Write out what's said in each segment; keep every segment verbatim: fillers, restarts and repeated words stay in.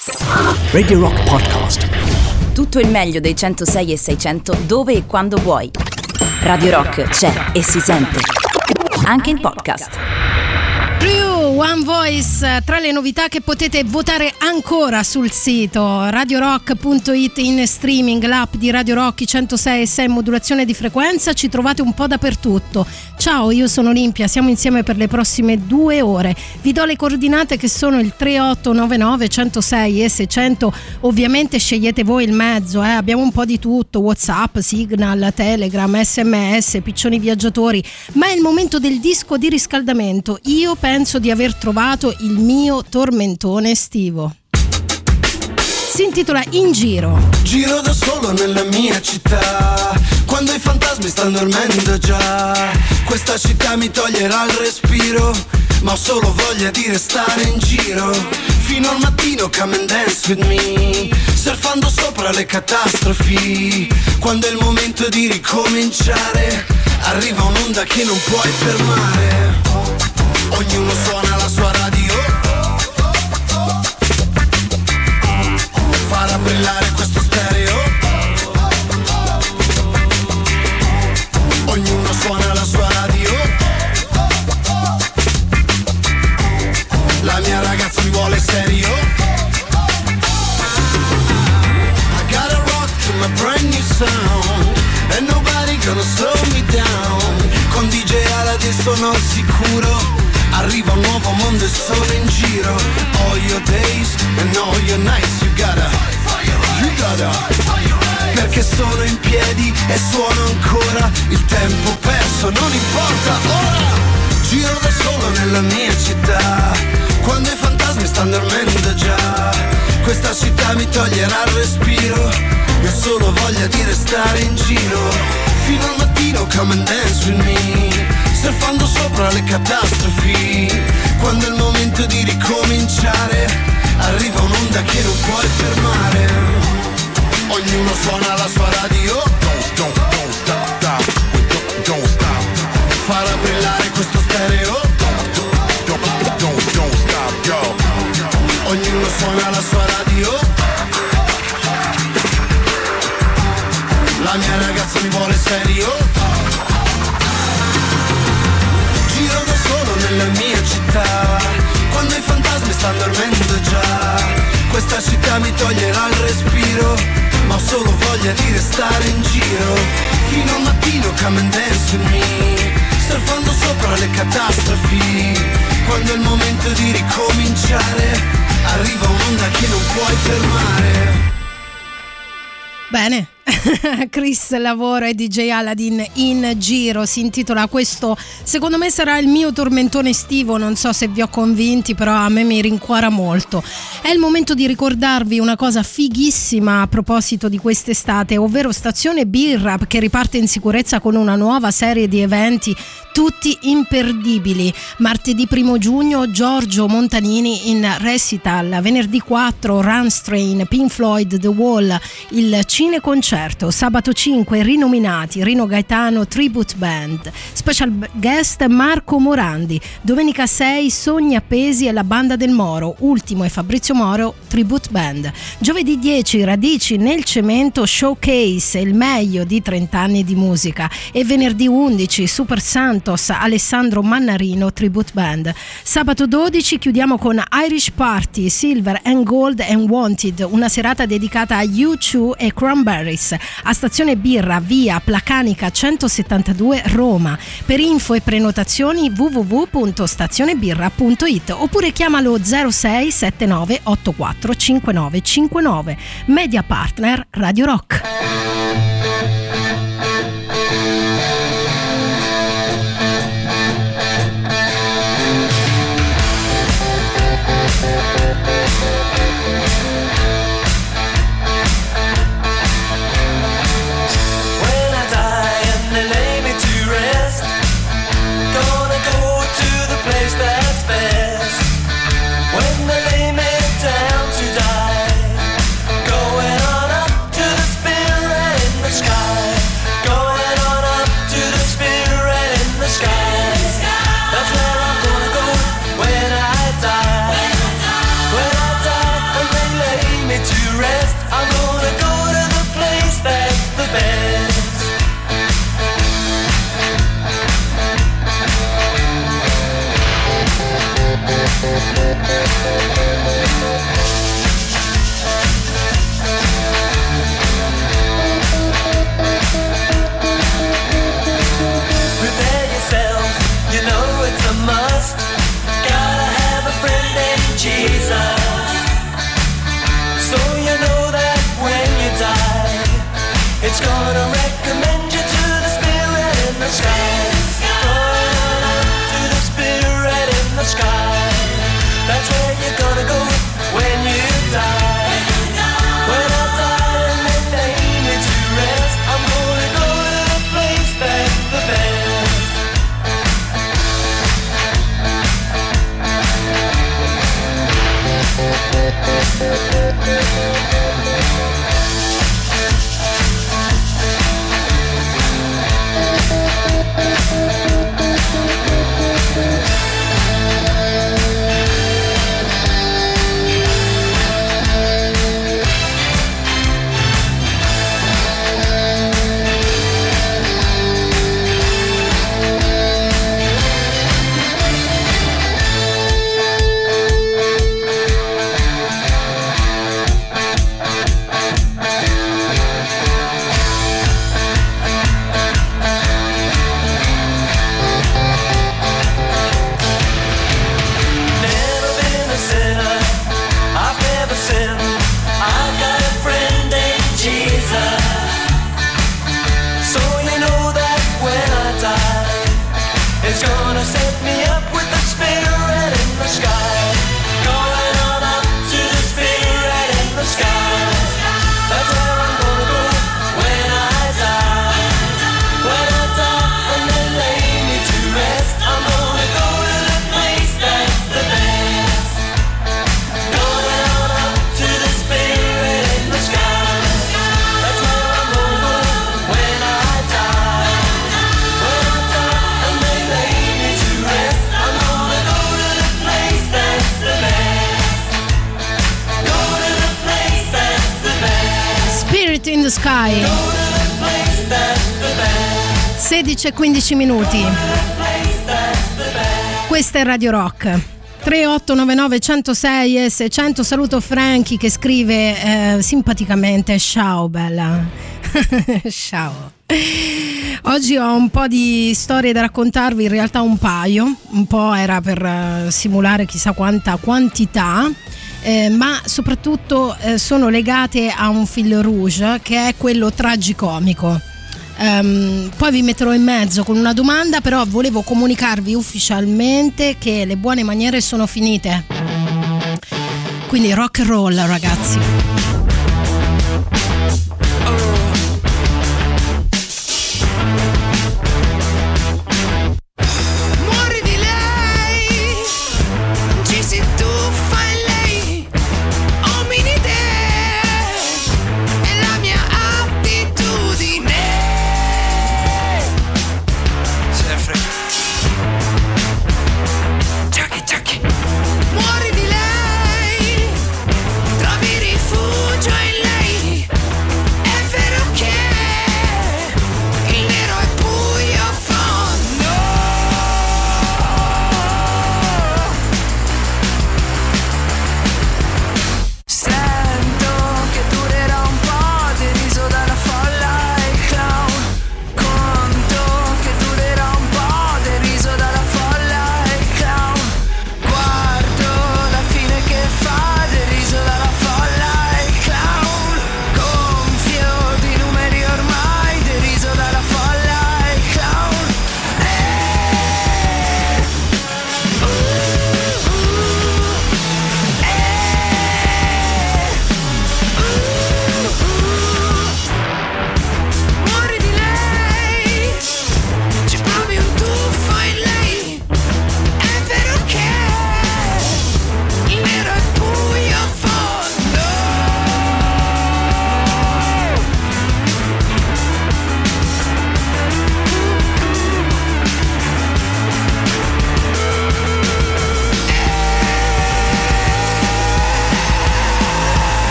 Radio Rock Podcast. Tutto il meglio dei centosei e seicento dove e quando vuoi. Radio Rock c'è e si sente anche in podcast. One Voice, tra le novità che potete votare ancora sul sito radio rock punto it, in streaming, l'app di Radio Rock, centosei e sei modulazione di frequenza, ci trovate un po' dappertutto. Ciao, io sono Olimpia, siamo insieme per le prossime due ore. Vi do le coordinate che sono il tre otto nove nove centosei e seicento, ovviamente scegliete voi il mezzo, eh? Abbiamo un po' di tutto, WhatsApp, Signal, Telegram, sms, piccioni viaggiatori, ma è il momento del disco di riscaldamento. Io penso di aver trovato il mio tormentone estivo. Si intitola In Giro. Giro da solo nella mia città, quando i fantasmi stanno dormendo già. Questa città mi toglierà il respiro, ma ho solo voglia di restare in giro fino al mattino, come and dance with me, surfando sopra le catastrofi. Quando è il momento di ricominciare, arriva un'onda che non puoi fermare. Ognuno suona la sua radio, farà brillare questo stereo. Ognuno suona la sua radio. La mia ragazza mi vuole serio. I gotta rock to my brand new sound, and nobody gonna slow me down. Con D J Aladdin sono sicuro, arriva un nuovo mondo e sono in giro. All your days and all your nights, you gotta, you gotta, perché sono in piedi e suono ancora. Il tempo perso non importa, ora giro da solo nella mia città, quando i fantasmi stanno dormendo già. Questa città mi toglierà il respiro, io ho solo voglia di restare in giro fino al mattino, come and dance with me, surfando sopra le catastrofi. Quando è il momento di ricominciare, arriva un'onda che non puoi fermare. Ognuno suona la sua radio, don't, don't, don't stop, don't, don't stop. Farà brillare questo stereo, don't, don't, don't, don't stop, yo. Ognuno suona la sua radio. La mia ragazza mi vuole serio. Giro da solo nella mia città, quando i fantasmi stanno dormendo già. Questa città mi toglierà il respiro, ma ho solo voglia di restare in giro fino al mattino, come and dance with me, surfando sopra le catastrofi. Quando è il momento di ricominciare, arriva un'onda che non puoi fermare. Bene. Chris Lavoro e D J Aladdin, In Giro si intitola questo. Secondo me sarà il mio tormentone estivo, non so se vi ho convinti, però a me mi rincuora molto. È il momento di ricordarvi una cosa fighissima a proposito di quest'estate, ovvero Stazione Birra, che riparte in sicurezza con una nuova serie di eventi tutti imperdibili. Martedì primo giugno Giorgio Montanini in recital, venerdì quattro Rammstein, Pink Floyd, The Wall, il cineconcerto. Sabato cinque Rinominati, Rino Gaetano Tribute Band, special guest Marco Morandi. Domenica sei Sogni Appesi e la Banda del Moro, Ultimo e Fabrizio Moro Tribute Band. Giovedì dieci Radici nel Cemento Showcase, il meglio di trenta anni di musica. E venerdì undici Super Santos Alessandro Mannarino Tribute Band. Sabato dodici chiudiamo con Irish Party, Silver and Gold and Wanted, una serata dedicata a U due e Cranberries a Stazione Birra, via Placanica centosettantadue Roma. Per info e prenotazioni w w w punto stazionebirra punto it oppure chiamalo zero sei sette nove otto quattro cinque nove cinque nove. Media partner Radio Rock. Sky. rest. I'm gonna go to the place that's the best. Prepare yourself, you know it's a must. Gotta have a friend named Jesus. So you know that when you die, it's gonna recommend you to the spirit in the sky. Going up to the spirit in the sky. That's where you're gonna go when you die. When I die and they lay me to rest, I'm gonna go to the place that's the best. It's gonna set me up with the spirit in the sky. Going on up to the spirit in the sky. That's where I'm gonna go when I die. When I die and they lay me to rest, I'm gonna go to the place that's the best. Going on up to the spirit in the sky. That's where I'm gonna go when I die. When I die and they lay me to rest, I'm gonna go to the place that's the best. Go to the place that's the best. Spirit in the Sky. Go to the place that's the best. sedici e quindici minuti. Place that's the best. Questa è Radio Rock. tre otto nove nove uno zero sei e seicento. Saluto Franchi che scrive eh, simpaticamente: ciao bella. Ciao. Oggi ho un po' di storie da raccontarvi, in realtà un paio, un po' era per eh, simulare chissà quanta quantità, eh, ma soprattutto eh, sono legate a un fil rouge che è quello tragicomico. Um, poi vi metterò in mezzo con una domanda, però volevo comunicarvi ufficialmente che le buone maniere sono finite. Quindi rock and roll, ragazzi. Muori di lei, ci si tuffa in lei, ominide, è la mia attitudine. Sempre. Giacchi, giacchi. Muori di lei, trovi rifugio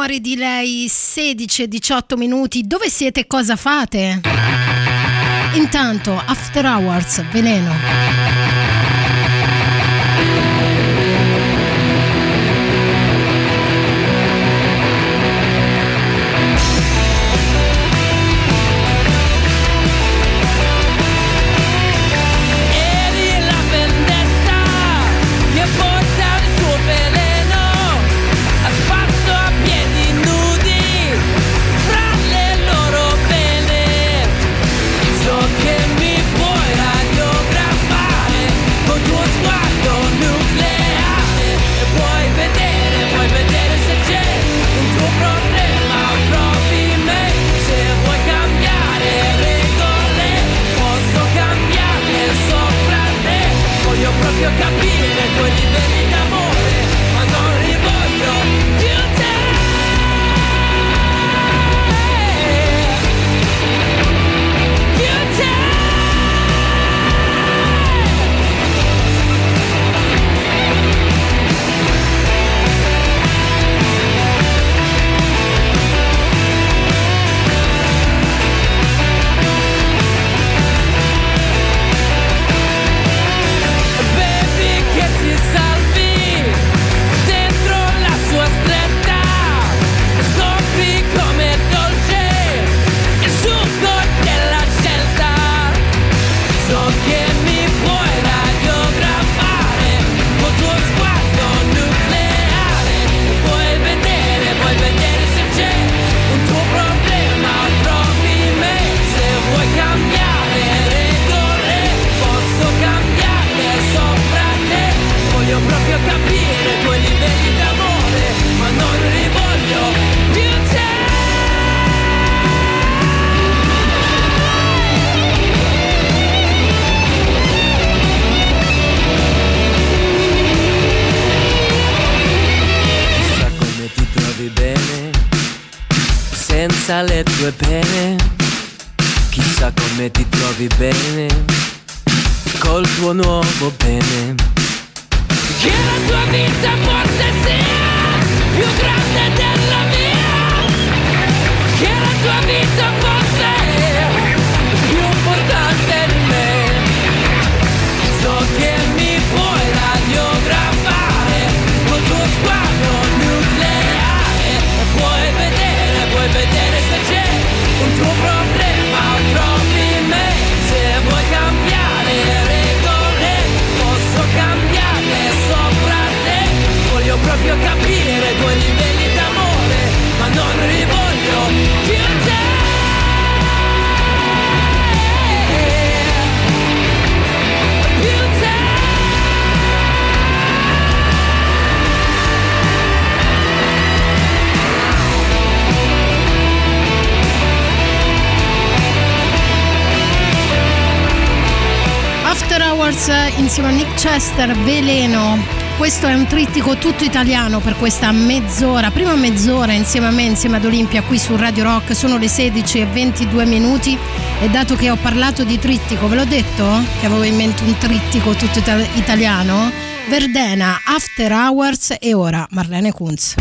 Muori di lei, sedici e diciotto minuti. Dove siete? Cosa fate? Intanto After Hours, Veleno. Proprio capire i tuoi livelli d'amore, ma non li voglio più te. Più te. Voglio proprio capire i tuoi livelli d'amore, ma non li voglio più te. Chissà come ti trovi bene, senza le tue pene. Chissà come ti trovi bene, col tuo nuovo bene. Che la tua vita forse sia più grande della mia, che la tua vita forse è più importante di me. So che mi puoi radiografare col tuo sguardo nucleare, puoi vedere, puoi vedere se c'è un tuo problema o trovi me. Se vuoi cambiare regole, posso cambiarle sopra te. Voglio proprio capire i tuoi livelli d'amore, ma non li voglio più te. Più te. After Hours insieme a Nick Chester, Veleno. Questo è un trittico tutto italiano per questa mezz'ora, prima mezz'ora insieme a me, insieme ad Olimpia qui su Radio Rock. Sono le sedici e ventidue minuti e dato che ho parlato di trittico, ve l'ho detto che avevo in mente un trittico tutto ita- italiano? Verdena, After Hours e ora Marlene Kunz.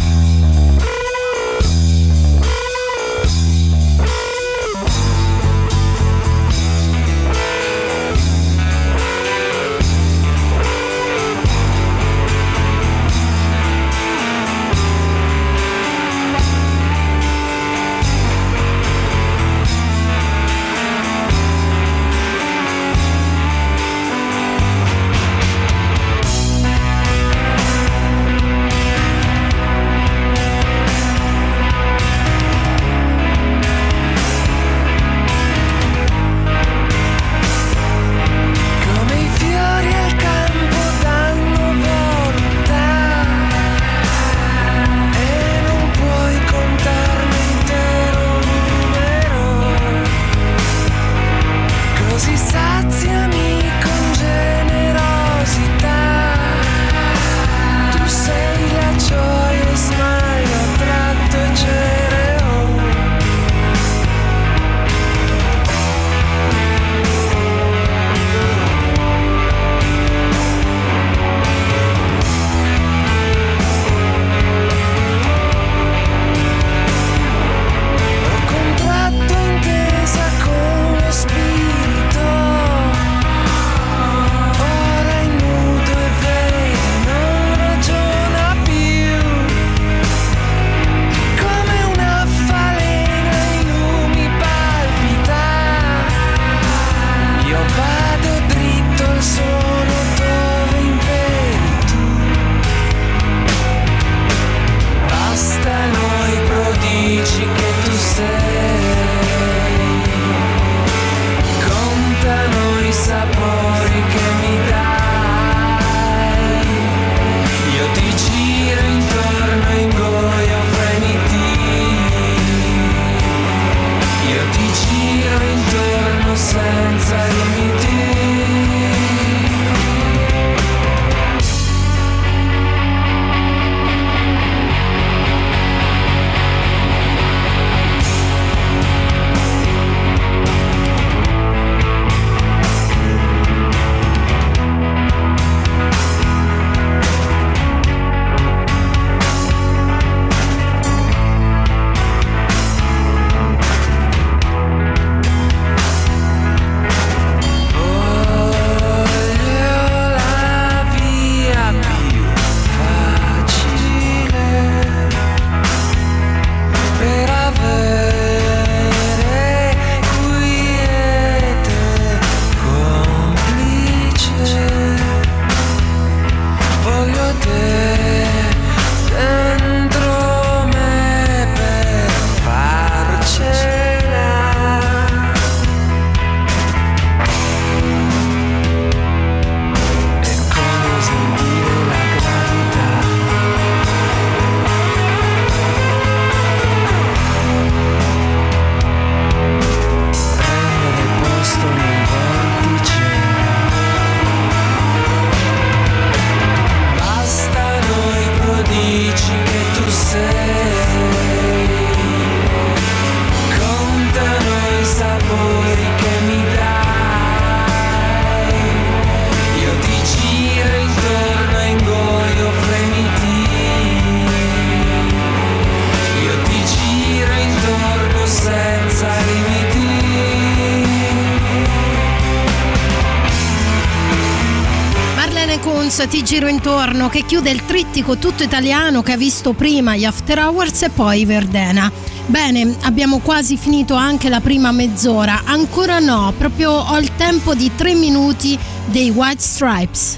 Più Helene Kunz, Ti giro intorno, che chiude il trittico tutto italiano che ha visto prima gli After Hours e poi Verdena. Bene, abbiamo quasi finito anche la prima mezz'ora, ancora no, proprio ho il tempo di tre minuti dei White Stripes.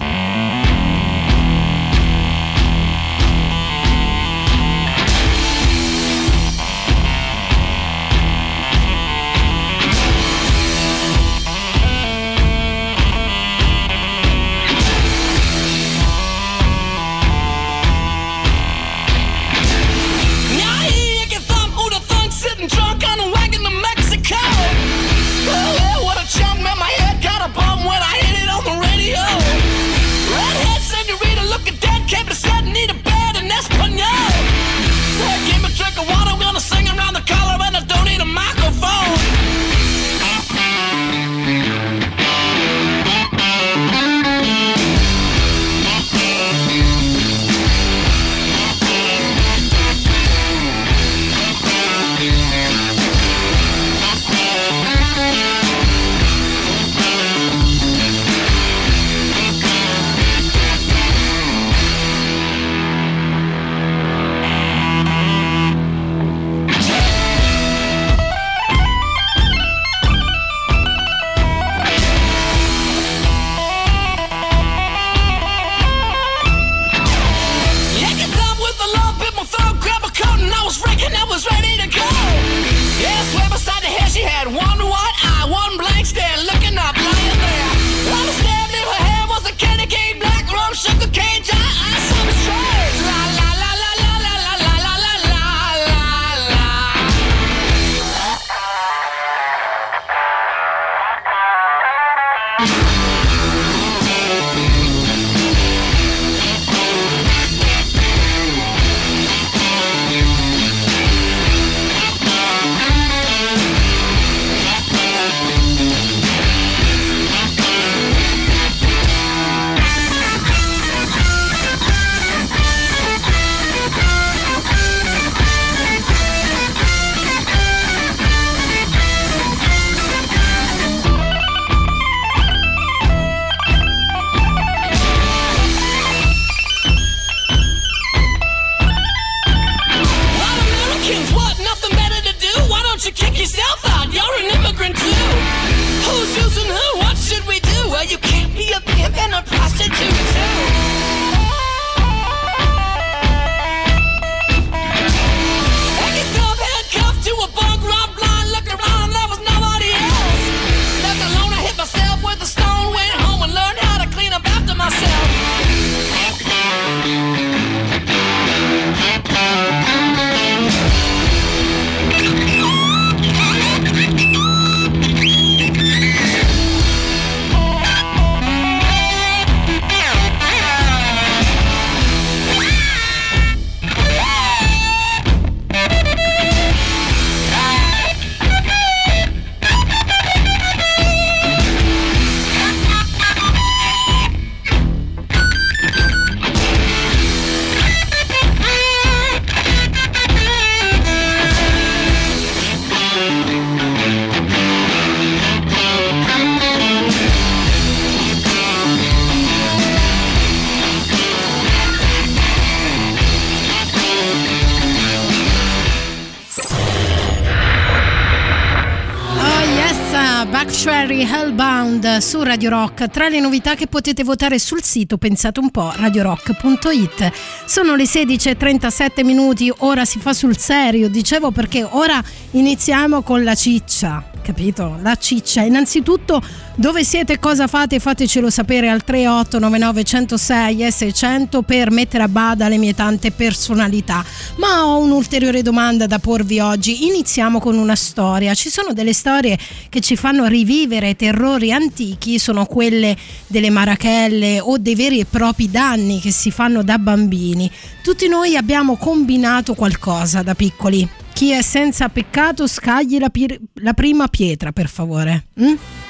Hellbound su Radio Rock, tra le novità che potete votare sul sito, pensate un po', radio rock punto it. Sono le sedici e trentasette minuti, ora si fa sul serio, dicevo, perché ora iniziamo con la ciccia, capito? La ciccia. Innanzitutto, dove siete, cosa fate? Fatecelo sapere al tre otto nove nove uno zero sei sei zero zero per mettere a bada le mie tante personalità. Ma ho un'ulteriore domanda da porvi oggi. Iniziamo con una storia. Ci sono delle storie che ci fanno rivivere terrori antichi, sono quelle delle marachelle o dei veri e propri danni che si fanno da bambini. Tutti noi abbiamo combinato qualcosa da piccoli. Chi è senza peccato scagli la, pir- la prima pietra, per favore. Mm?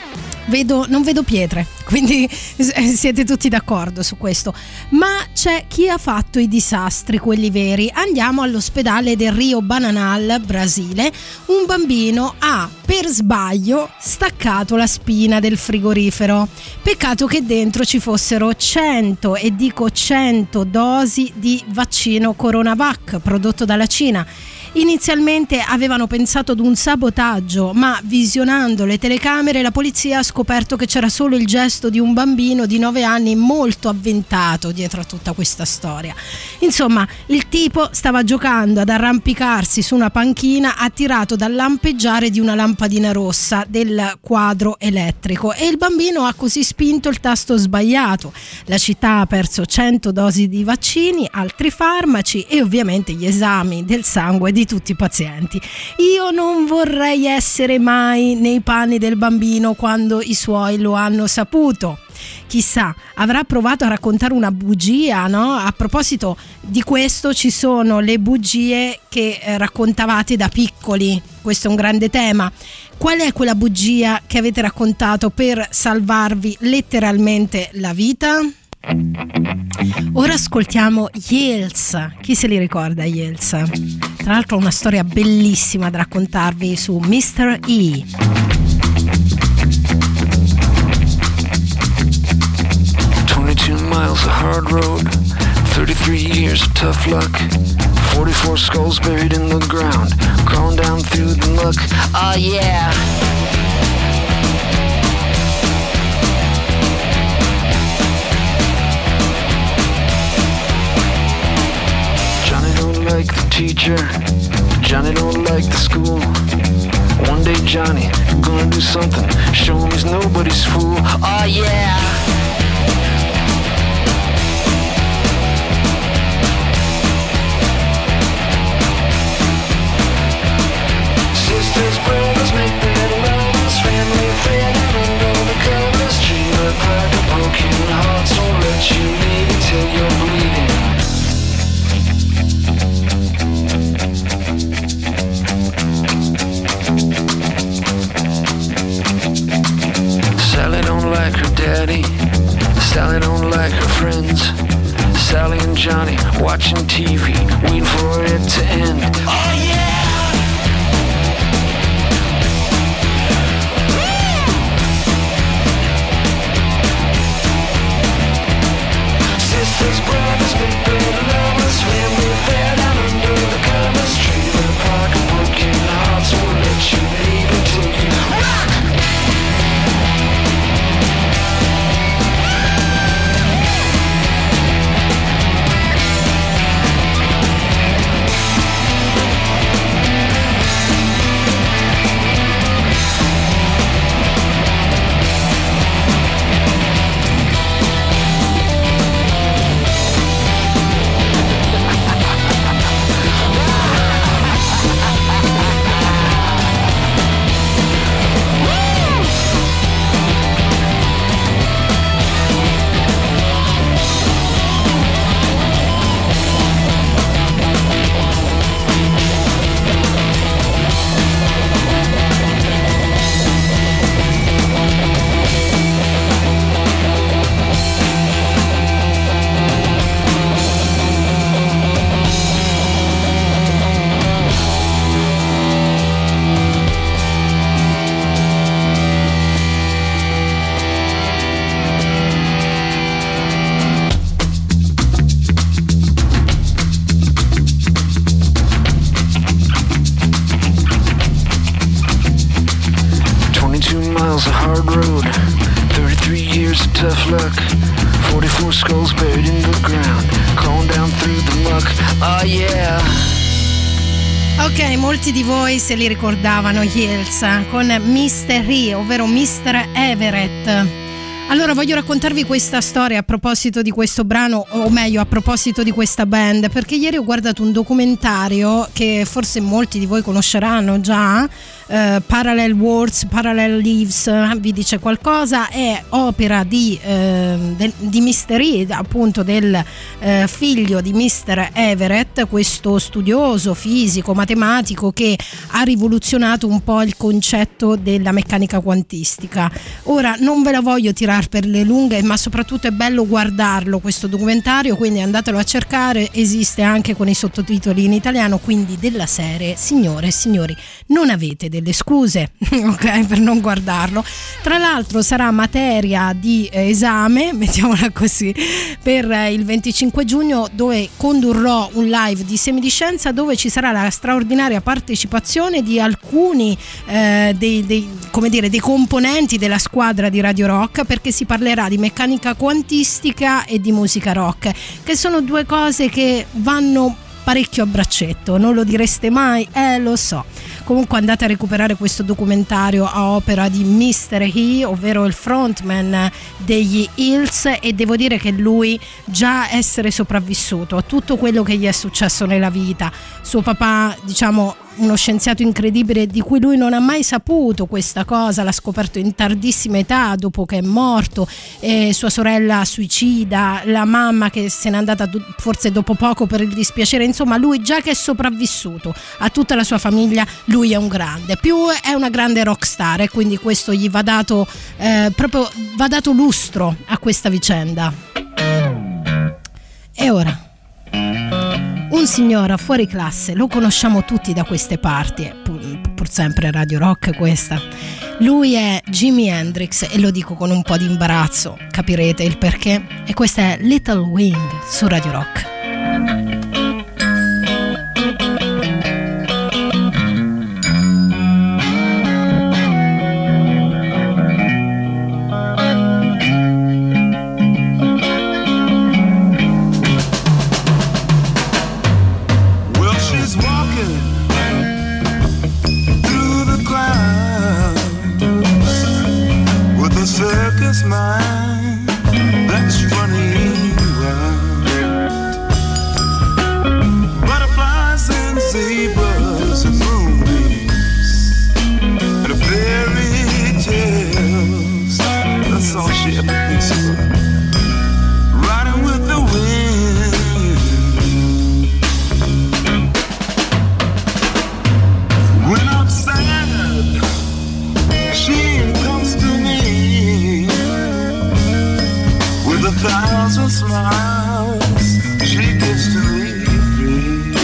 vedo, non vedo pietre, quindi siete tutti d'accordo su questo. Ma c'è chi ha fatto i disastri, quelli veri. Andiamo all'ospedale del Rio Bananal, Brasile. Un bambino ha per sbaglio staccato la spina del frigorifero. Peccato che dentro ci fossero cento, e dico cento dosi di vaccino Coronavac prodotto dalla Cina. Inizialmente avevano pensato ad un sabotaggio, ma visionando le telecamere la polizia ha scoperto che c'era solo il gesto di un bambino di nove anni molto avventato dietro a tutta questa storia. Insomma, il tipo stava giocando ad arrampicarsi su una panchina attirato dal lampeggiare di una lampadina rossa del quadro elettrico e il bambino ha così spinto il tasto sbagliato. La città ha perso cento dosi di vaccini, altri farmaci e ovviamente gli esami del sangue di tutti i pazienti. Io non vorrei essere mai nei panni del bambino quando i suoi lo hanno saputo. Chissà, avrà provato a raccontare una bugia, no? A proposito di questo, ci sono le bugie che eh, raccontavate da piccoli. Questo è un grande tema. Qual è quella bugia che avete raccontato per salvarvi letteralmente la vita? Ora ascoltiamo Yields. Chi se li ricorda Yields? Tra l'altro una storia bellissima da raccontarvi su mister E. twenty-two miles of hard road, thirty-three years of tough luck, forty-four skulls buried in the ground, crawling down through the muck. Oh yeah. Johnny don't like the teacher, Johnny don't like the school. One day Johnny gonna do something, show him he's nobody's fool. Oh yeah. Sisters, brothers, make better lovers, family affair down under the covers. Dream of like a broken heart, so let you leave until you're bleeding. Sally don't like her daddy, Sally don't like her friends. Sally and Johnny watching T V, waiting for it to end. Oh yeah! Sisters, brothers, big bad lovers, family affair down under the covers. Treat them like a broken heart, so we'll let you leave until you rock. miles of hard road, thirty-three years of tough luck, forty-four skulls buried in the ground, crawling down through the muck. Oh yeah. Ok, molti di voi se li ricordavano Yields con mister E, ovvero mister Everett. Allora voglio raccontarvi questa storia a proposito di questo brano, o meglio a proposito di questa band, perché ieri ho guardato un documentario che forse molti di voi conosceranno già, eh, Parallel Worlds, Parallel Lives, vi dice qualcosa? È opera di, eh, del, di mister E, appunto del eh, figlio di mister Everett, questo studioso fisico matematico che ha rivoluzionato un po' il concetto della meccanica quantistica. Ora non ve la voglio tirare per le lunghe, ma soprattutto è bello guardarlo questo documentario, quindi andatelo a cercare, esiste anche con i sottotitoli in italiano, quindi della serie signore e signori non avete delle scuse ok, per non guardarlo. Tra l'altro sarà materia di eh, esame, mettiamola così, per eh, il venticinque giugno, dove condurrò un live di Semidiscienza dove ci sarà la straordinaria partecipazione di alcuni eh, dei, dei, come dire, dei componenti della squadra di Radio Rock, perché si parlerà di meccanica quantistica e di musica rock, che sono due cose che vanno parecchio a braccetto, non lo direste mai? Eh, lo so. Comunque andate a recuperare questo documentario a opera di mister E, ovvero il frontman degli Hills, e devo dire che lui già essere sopravvissuto a tutto quello che gli è successo nella vita, suo papà, diciamo, uno scienziato incredibile di cui lui non ha mai saputo questa cosa, l'ha scoperto in tardissima età dopo che è morto, e sua sorella suicida, la mamma che se n'è andata forse dopo poco per il dispiacere, insomma lui già che è sopravvissuto a tutta la sua famiglia, lui è un grande, più è una grande rockstar, e quindi questo gli va dato eh, proprio va dato lustro a questa vicenda. E ora un signore fuori classe, lo conosciamo tutti da queste parti, pur, pur sempre Radio Rock questa. Lui è Jimi Hendrix e lo dico con un po' di imbarazzo, capirete il perché. E questa è Little Wing su Radio Rock. Mind that's running wild. Butterflies and zebras and moonbeams and fairy tales. That's all she ever thinks about. Riding with the wind. When I'm sad, she comes to me with a thousand smiles she gives to me free.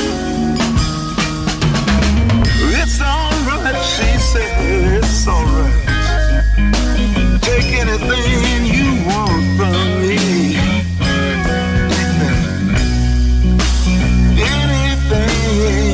It's alright, she said, it's alright. Take anything you want from me. Anything.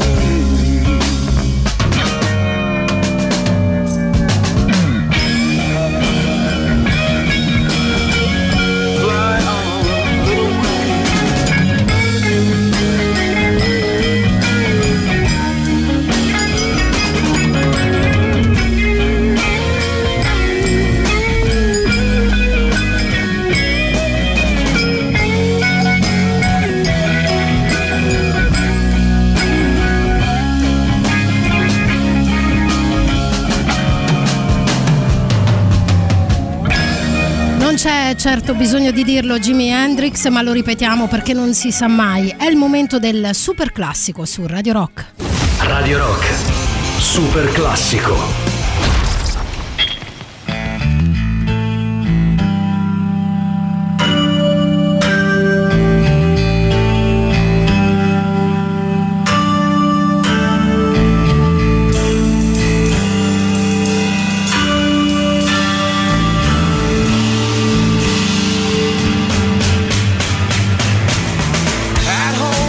Non c'è certo bisogno di dirlo Jimi Hendrix, ma lo ripetiamo perché non si sa mai. È il momento del super classico su Radio Rock. Radio Rock, super classico.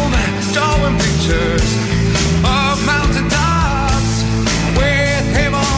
Of mountain tops with him on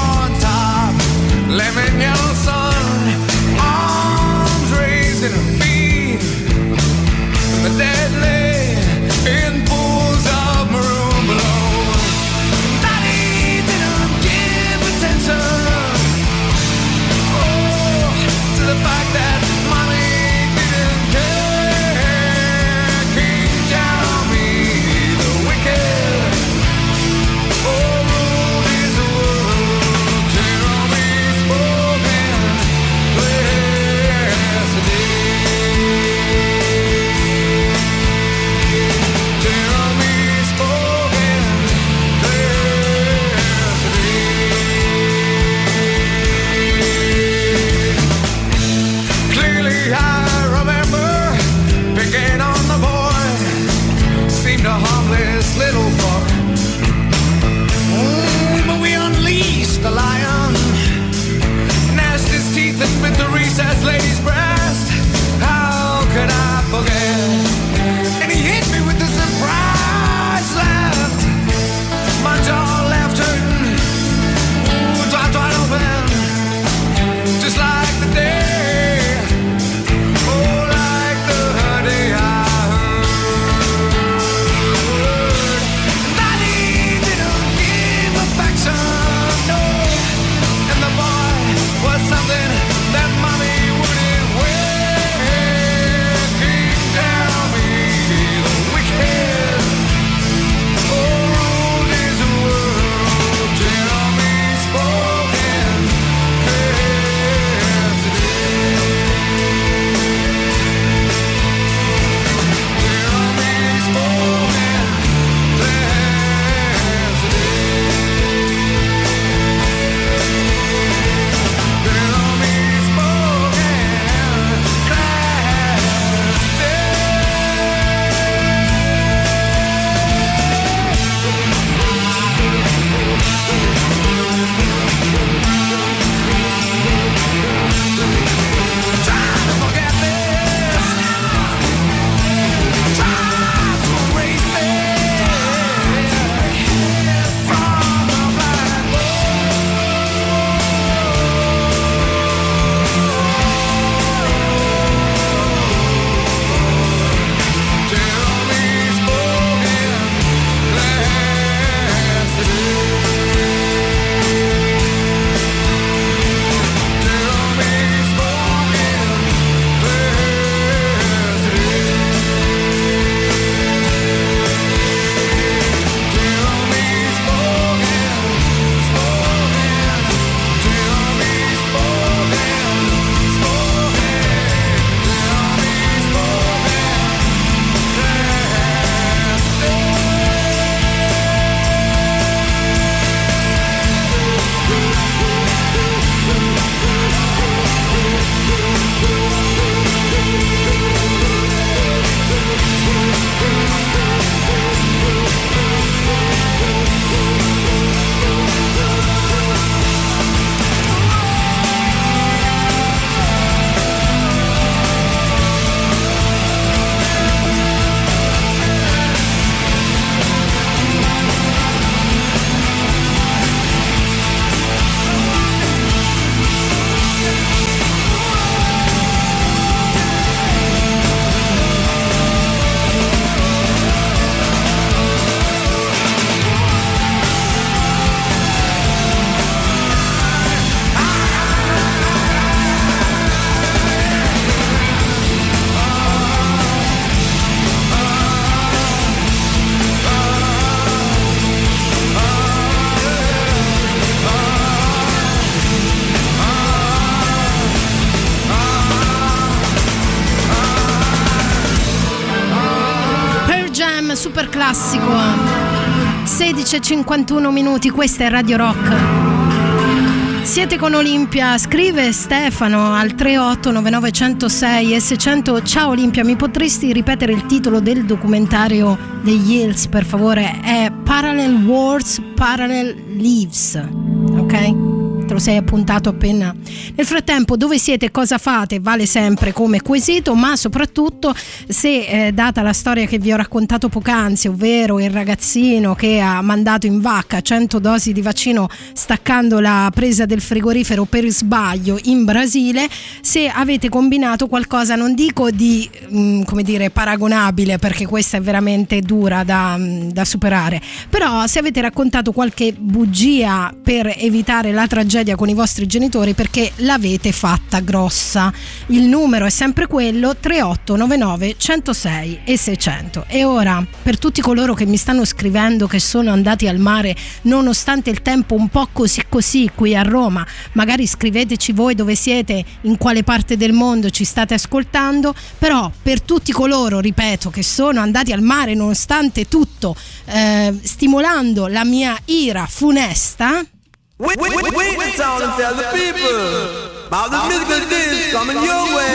super classico. sedici e cinquantuno minuti, questa è Radio Rock. Siete con Olimpia, scrive Stefano al tre otto nove nove zero zero sei e seicento. Ciao Olimpia, mi potresti ripetere il titolo del documentario degli Hills, per favore? È Parallel Worlds, Parallel Lives, ok? Te lo sei appuntato appena. Nel frattempo, dove siete, cosa fate, vale sempre come quesito, ma soprattutto se, eh, data la storia che vi ho raccontato poc'anzi, ovvero il ragazzino che ha mandato in vacca cento dosi di vaccino staccando la presa del frigorifero per sbaglio in Brasile, se avete combinato qualcosa, non dico di mh, come dire paragonabile, perché questa è veramente dura da, da superare, però se avete raccontato qualche bugia per evitare la tragedia con i vostri genitori, perché l'avete fatta grossa. Il numero è sempre quello, tre otto nove nove zero zero sei e seicento. E ora, per tutti coloro che mi stanno scrivendo che sono andati al mare nonostante il tempo un po' così così qui a Roma, magari scriveteci voi dove siete, in quale parte del mondo ci state ascoltando, però per tutti coloro, ripeto, che sono andati al mare nonostante tutto, eh, stimolando la mia ira funesta. Wait, wait, wait, wait, wait, sound and tell the people about the musical disc coming your way.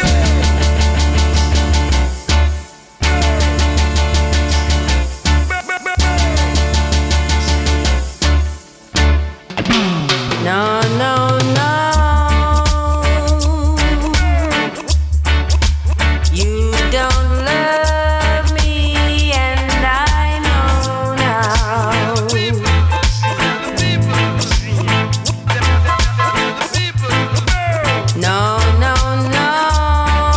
No, no, no. You don't love me, and I know now. No, no, no.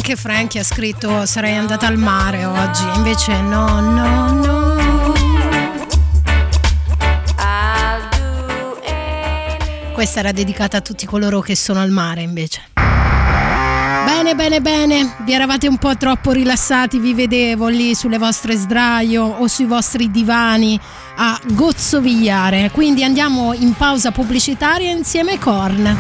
anche Frankie ha scritto sarei andata al mare oggi, invece no, no, no. Questa era dedicata a tutti coloro che sono al mare invece. Bene, bene, bene, vi eravate un po' troppo rilassati, vi vedevo lì sulle vostre sdraio o sui vostri divani a gozzovigliare, quindi andiamo in pausa pubblicitaria insieme ai Korn.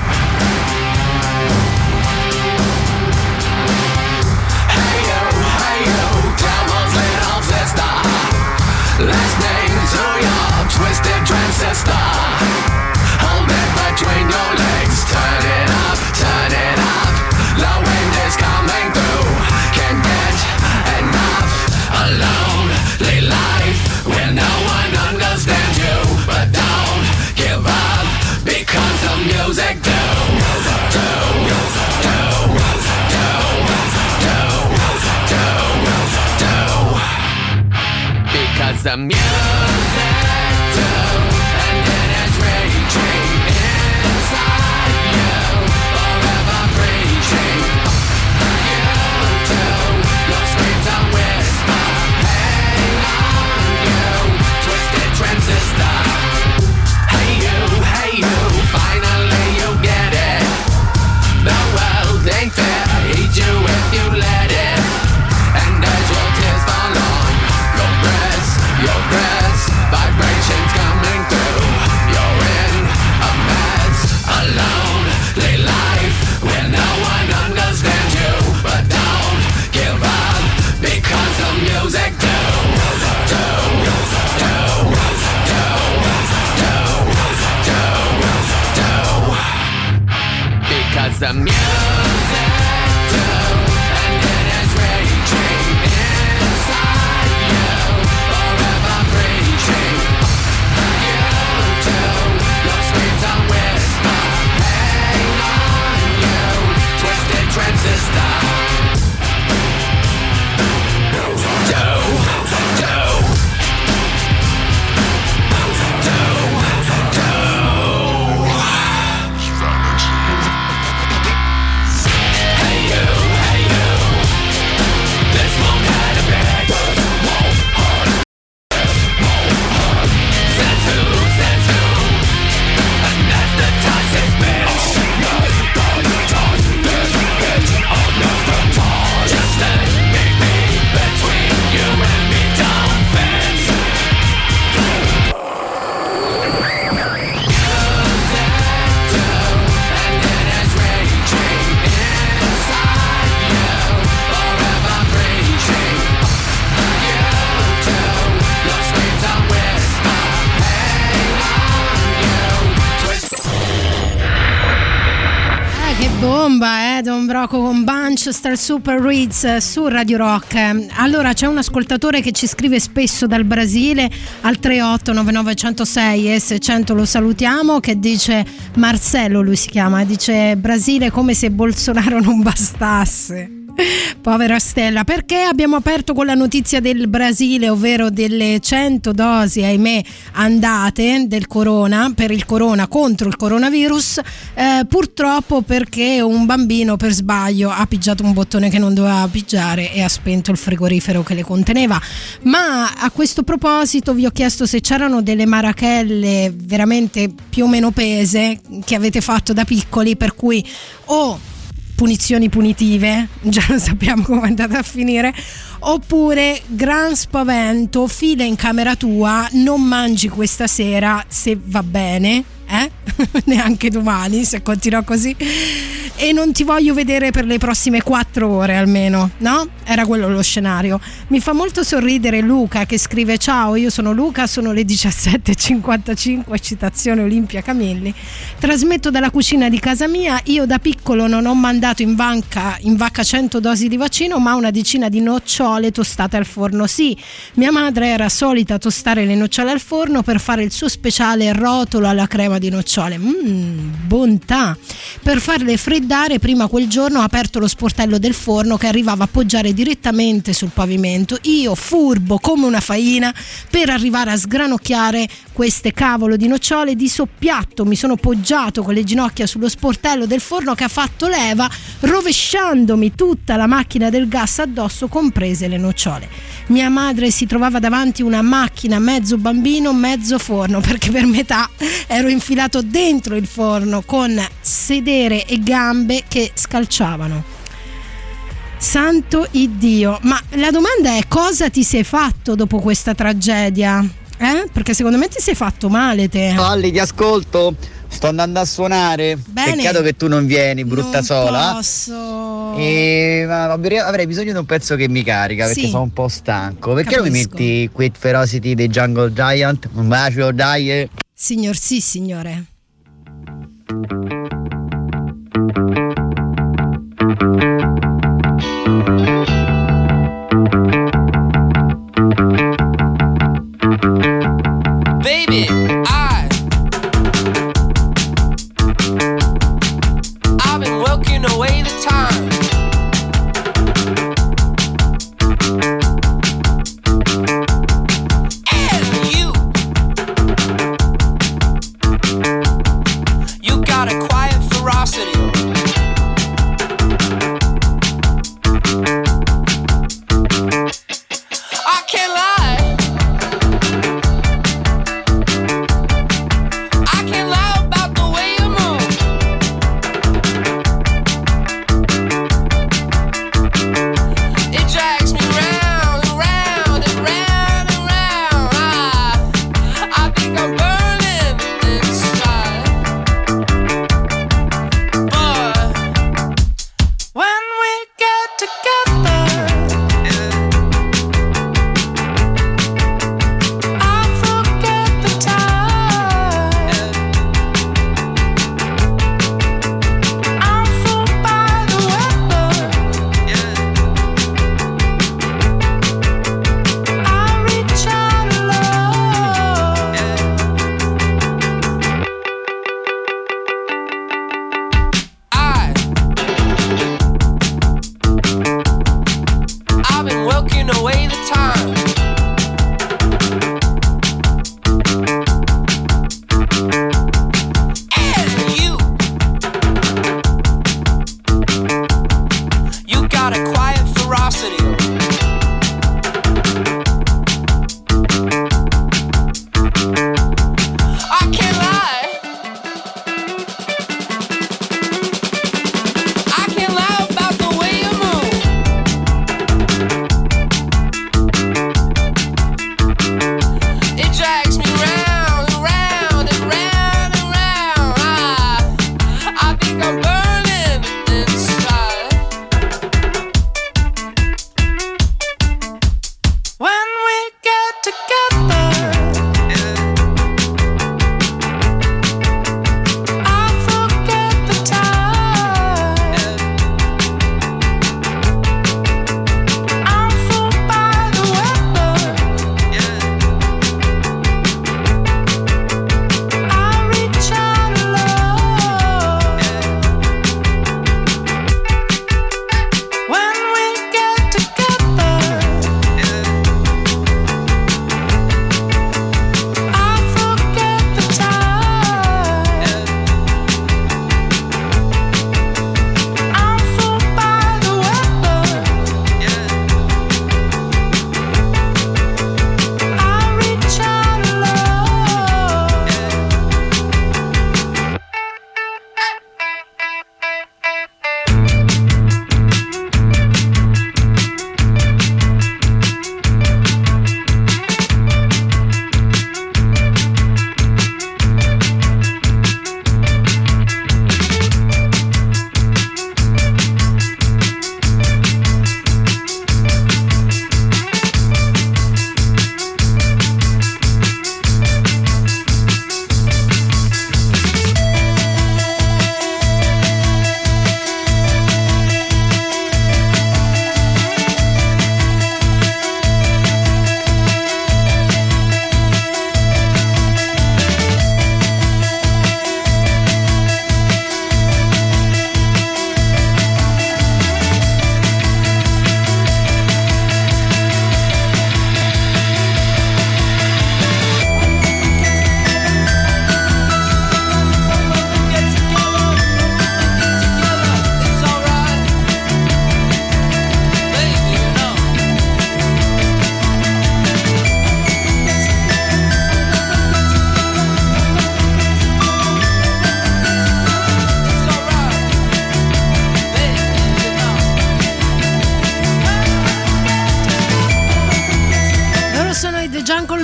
Last name to your twisted transistor. Hold it between your legs. Turn it up, turn it up. The wind is coming through. Can't get enough. A lonely life where no one understands you. But don't give up because the music do. Do, do, do, do, do, do. Because the music do, and it is raging inside you, forever preaching. You do, your screams are whisper, hang on you, twisted transistor. Hey you, hey you, finally you get it. The world ain't fair, eat you if you let it. And as your tears fall on your breath, your breath, vibrations coming through. You're in a mess, a lonely life where no one understands you. But don't give up because the music do. Do, do, do, do, do, do. Because the music do, and it is raging inside you, forever preaching. You do, your screams are whisper, hang on you, twisted transistor. Do, do, do, do. Hey you, hey you, this won't hurt a bit. Won't hurt, won't hurt. Says who, says who, and that's the tightest bitch. Just let me be between you and me, don't fence. Music do, and it is raging inside you, forever preaching. You do, your screams are whisper, hang on you, twist. Eh, che bomba, eh, Don Broco con Manchester Super Ritz su Radio Rock. Allora, c'è un ascoltatore che ci scrive spesso dal Brasile al tre otto nove nove zero zero sei e seicento, lo salutiamo, che dice, Marcello lui si chiama, dice Brasile come se Bolsonaro non bastasse. Povera Stella, perché abbiamo aperto con la notizia del Brasile, ovvero delle cento dosi, ahimè, andate del corona, per il corona, contro il coronavirus, eh, purtroppo perché un bambino per sbaglio ha pigiato un bottone che non doveva pigiare e ha spento il frigorifero che le conteneva. Ma a questo proposito vi ho chiesto se c'erano delle marachelle veramente più o meno pese che avete fatto da piccoli, per cui o punizioni punitive, già lo sappiamo come è andata a finire, oppure gran spavento, fila in camera tua, non mangi questa sera se va bene, eh? Neanche domani se continua così, e non ti voglio vedere per le prossime quattro ore almeno, no? Era quello lo scenario. Mi fa molto sorridere Luca che scrive: ciao, io sono Luca, sono le diciassette e cinquantacinque, citazione Olimpia Camilli, trasmetto dalla cucina di casa mia. Io da piccolo non ho mandato in vacca in vacca cento dosi di vaccino, ma una decina di nocciole tostate al forno. Sì, mia madre era solita tostare le nocciole al forno per fare il suo speciale rotolo alla crema di nocciole. Mmm, bontà. Per farle freddure raffreddare, prima quel giorno ho aperto lo sportello del forno che arrivava a poggiare direttamente sul pavimento. Io, furbo come una faina, per arrivare a sgranocchiare queste cavolo di nocciole, di soppiatto mi sono poggiato con le ginocchia sullo sportello del forno che ha fatto leva, rovesciandomi tutta la macchina del gas addosso, comprese le nocciole. Mia madre si trovava davanti una macchina mezzo bambino, mezzo forno, perché per metà ero infilato dentro il forno con sedere e gambe che scalciavano. Santo Iddio, ma la domanda è: cosa ti sei fatto dopo questa tragedia? Eh? Perché secondo me ti sei fatto male te. Olli, ti ascolto. Sto andando a suonare. Bene. Peccato che tu non vieni, brutta non sola. Posso. E ma avrei bisogno di un pezzo che mi carica, perché Sì. sono un po' stanco. Perché non mi Capisco. metti Quit Ferocity dei Jungle Giant? Un bacio, dai. Signor sì, signore. Baby, I I've been working away the time. And you You got a quiet ferocity. I can't lie. I can't lie about the way you move. It drags me round and round and round and round. I, I think I'm burning inside. But when we get together, I forget the time. I'm fooled by the weather. I reach out of love. I I've been working away the time. And you You got a quiet ferocity. I can't lie. I can't lie about the way you move. It drags me round and round and round and round. I, I think I'm burning inside.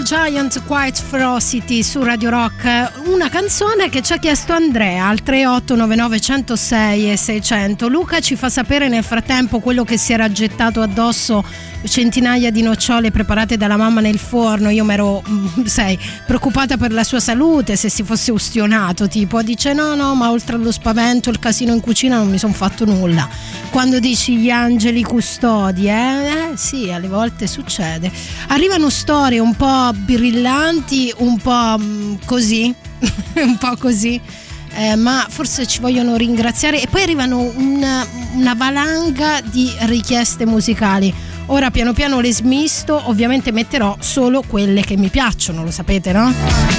Giant, Quiet Ferocity su Radio Rock, una canzone che ci ha chiesto Andrea al tre otto nove nove uno zero sei e seicento. Luca ci fa sapere nel frattempo quello che si era gettato addosso, centinaia di nocciole preparate dalla mamma nel forno. Io mi ero, sai, preoccupata per la sua salute, se si fosse ustionato, tipo. Dice no no, ma oltre allo spavento, il casino in cucina, non mi sono fatto nulla. Quando dici gli angeli custodi, eh, eh sì, alle volte succede. Arrivano storie un po' brillanti, un po' mh, così un po' così eh, ma forse ci vogliono ringraziare, e poi arrivano una, una valanga di richieste musicali. Ora piano piano le smisto, ovviamente metterò solo quelle che mi piacciono, lo sapete, no?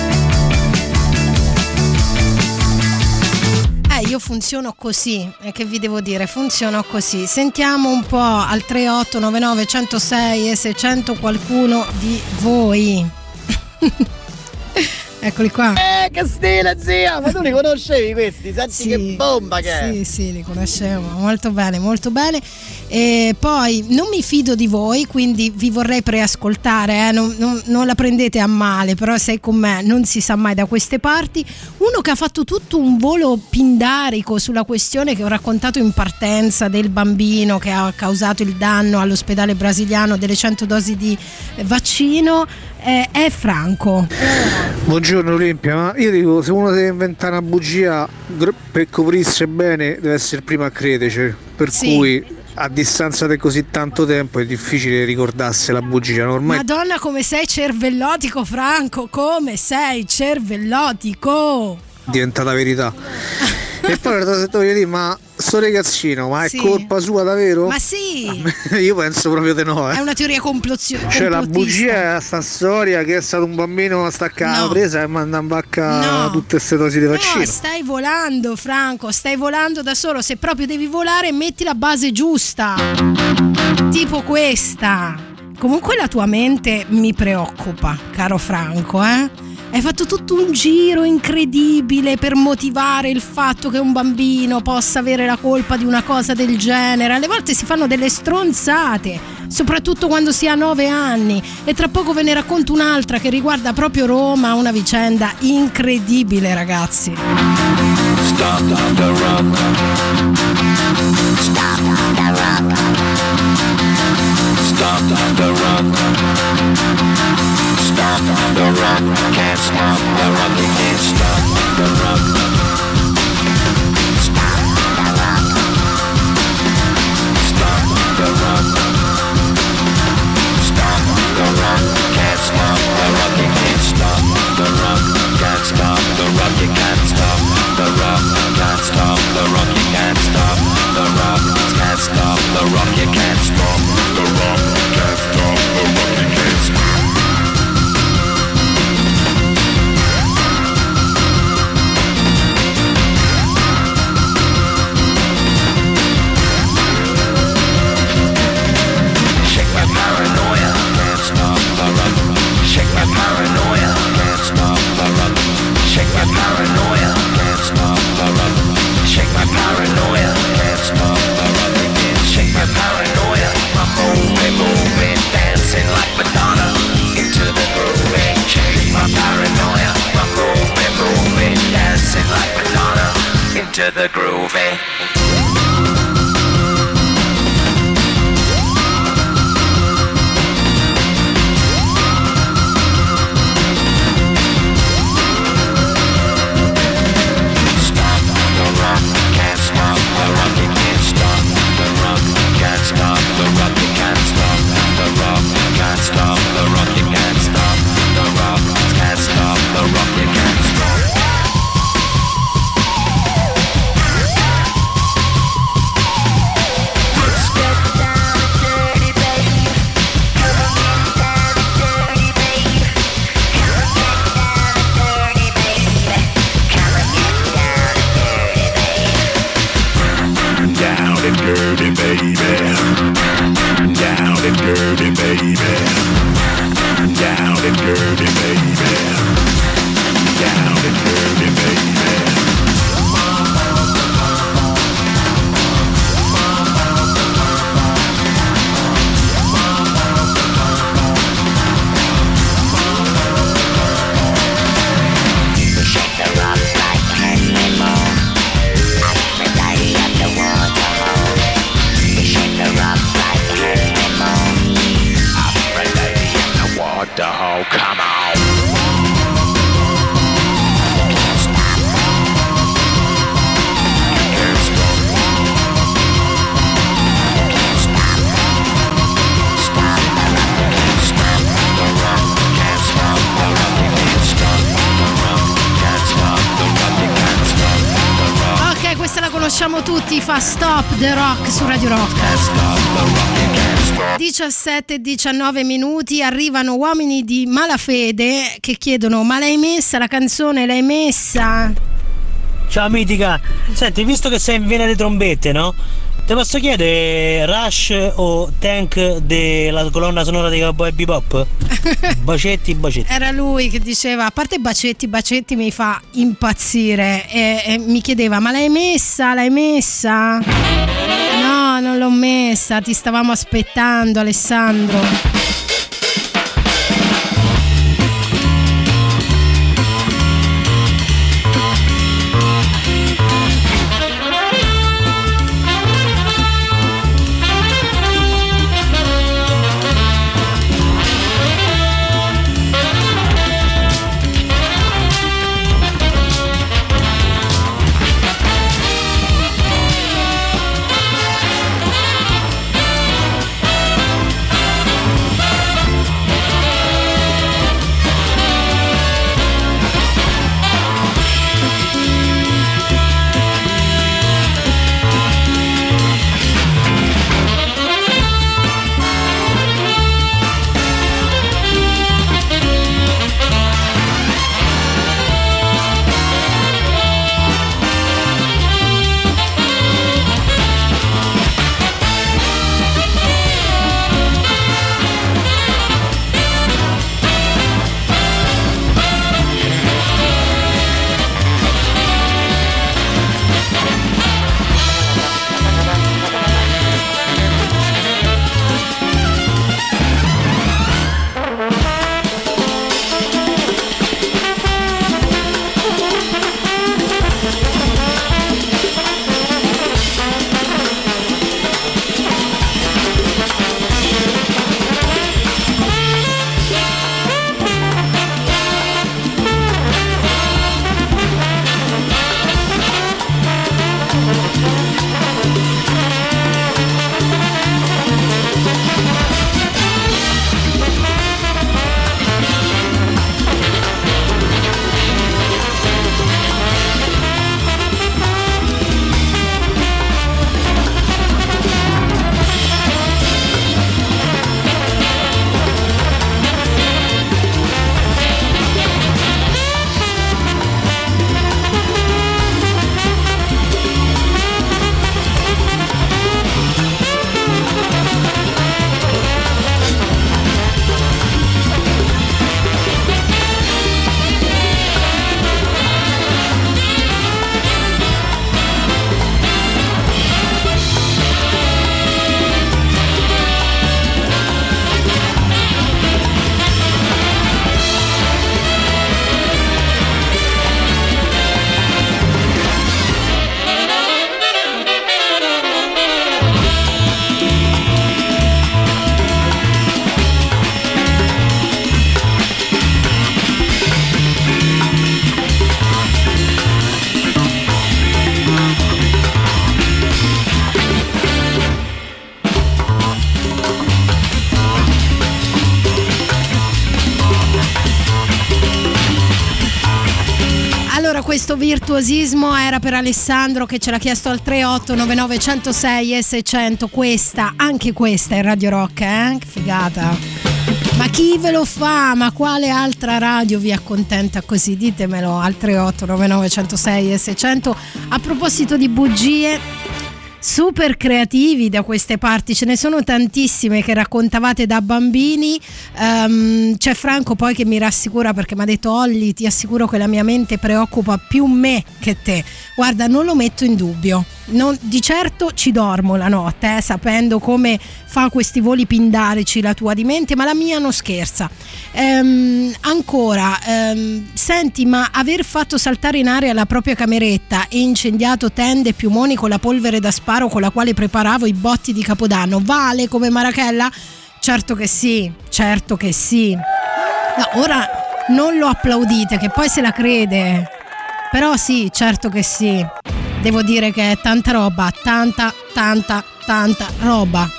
Eh, io funziono così, e che vi devo dire, funziono così. Sentiamo un po' al tre otto nove nove uno zero sei e seicento qualcuno di voi. Eccoli qua. Eh, che stile, zia! Ma tu li conoscevi questi? Senti sì, che bomba che è! Sì, sì, li conoscevo molto bene, molto bene. E poi non mi fido di voi, quindi vi vorrei preascoltare, eh? non, non, non la prendete a male, però sei con me, non si sa mai da queste parti. Uno che ha fatto tutto un volo pindarico sulla questione che ho raccontato in partenza del bambino che ha causato il danno all'ospedale brasiliano delle cento dosi di vaccino, eh, è Franco. Buongiorno Olimpia, ma io dico, se uno deve inventare una bugia per coprirsi bene deve essere il primo a crederci, per sì. cui a distanza di così tanto tempo è difficile ricordarsi la bugia. Ormai... Madonna, come sei cervellotico Franco, come sei cervellotico, è diventata verità. E poi voglio dire, ma sto ragazzino, ma è sì. colpa sua davvero? Ma sì, io penso proprio di no, eh. È una teoria complozio- cioè complottista. la bugia è sta storia che è stato un bambino staccato, no. presa e manda in vacca no. tutte queste dosi di vaccino. No, stai volando Franco, stai volando da solo. Se proprio devi volare, metti la base giusta, tipo questa. Comunque la tua mente mi preoccupa, caro Franco, eh? Hai fatto tutto un giro incredibile per motivare il fatto che un bambino possa avere la colpa di una cosa del genere. Alle volte si fanno delle stronzate, soprattutto quando si ha nove anni. E tra poco ve ne racconto un'altra che riguarda proprio Roma, una vicenda incredibile, ragazzi. Stop the rock. Stop the rock. Stop the rock. Stop the rock. Can't stop the rock. You can't stop the rock. Stop the rock. Stop the rock. Stop the rock. Can't stop the rock. You can't stop the rock. Can't stop the rock. You can't stop the rock. Can't stop the rock. You can't stop the rock. Can't stop the rock. You can't stop the rock. Can't stop the rock. You can't stop. Shake my paranoia. Can't stop the rock. Shake my paranoia. Can't stop the rock. Shake my paranoia. Can't stop the rock. Shake my paranoia. Can't stop the rock. Shake my paranoia. I'm moving, moving, dancing like Madonna into the groove. Shake my paranoia. I'm moving, moving, dancing like Madonna into the groove. Stop the rock, can't stop the rock, you can't stop the rock, can't stop the rock, you can't stop the rock, can't stop the rock, you can't stop the rock, can't stop the rock, you can't stop. Let's get down and dirty, baby. Come on, get down and dirty, baby. Come on, get down and dirty, baby. Come on, get down and dirty, baby. Down and dirty, baby. Down and dirty, baby. Down and dirty, baby. Down and dirty, baby. conosciamo tutti, fa Stop the Rock su Radio Rock. diciassette e diciannove minuti, arrivano uomini di malafede che chiedono: ma l'hai messa la canzone, l'hai messa? Ciao mitica, senti, visto che sei in vena di trombette, no? Ti posso chiedere Rush o Tank della colonna sonora di Cowboy Bebop? Bacetti, bacetti. Era lui che diceva, a parte bacetti, bacetti mi fa impazzire, e, e mi chiedeva: ma l'hai messa, l'hai messa? No, non l'ho messa, ti stavamo aspettando, Alessandro. Questo virtuosismo era per Alessandro che ce l'ha chiesto al tre otto nove nove uno zero sei e seicento. Questa, anche questa è Radio Rock, eh? Che figata. Ma chi ve lo fa? Ma quale altra radio vi accontenta così? Ditemelo al tre otto nove nove uno zero sei e seicento. A proposito di bugie, super creativi da queste parti, ce ne sono tantissime che raccontavate da bambini. Um, c'è Franco poi che mi rassicura perché mi ha detto: Olli, ti assicuro che la mia mente preoccupa più me che te. Guarda, non lo metto in dubbio, non, di certo ci dormo la notte eh, sapendo come fa questi voli pindarici la tua di mente, ma la mia non scherza. Um, ancora um, senti, ma aver fatto saltare in aria la propria cameretta e incendiato tende e piumoni con la polvere da sparo con la quale preparavo i botti di Capodanno vale come Marachella? Certo che sì, certo che sì. No, ora non lo applaudite che poi se la crede, però sì, certo che sì. Devo dire che è tanta roba, tanta, tanta, tanta roba.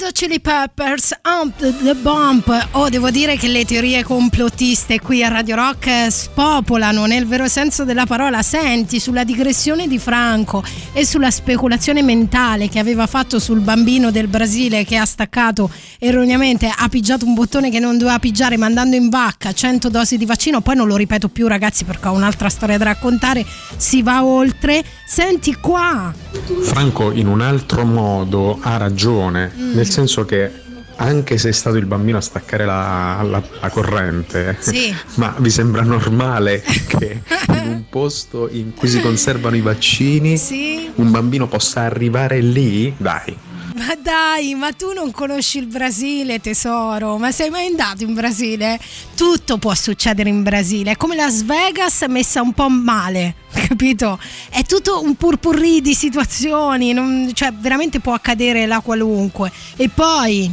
Hot Chili Peppers, Hump the Bump. Oh, devo dire che le teorie complottiste qui a Radio Rock spopolano nel vero senso della parola. Senti, sulla digressione di Franco e sulla speculazione mentale che aveva fatto sul bambino del Brasile che ha staccato erroneamente, ha pigiato un bottone che non doveva pigiare mandando in vacca cento dosi di vaccino. Poi non lo ripeto più, ragazzi, perché ho un'altra storia da raccontare, si va oltre. Senti qua, Franco in un altro modo ha ragione, mm. nel senso che anche se è stato il bambino a staccare la, la, la corrente, sì. ma vi sembra normale che in un posto in cui si conservano i vaccini sì. un bambino possa arrivare lì? Dai. Ma dai, ma tu non conosci il Brasile, tesoro? Ma sei mai andato in Brasile? Tutto può succedere in Brasile, è come Las Vegas messa un po' male, capito? È tutto un purpurri di situazioni, non, cioè veramente può accadere la qualunque. E poi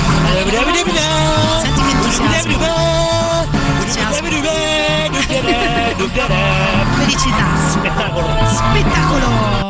senti che entusiasmo, felicità, spettacolo, spettacolo.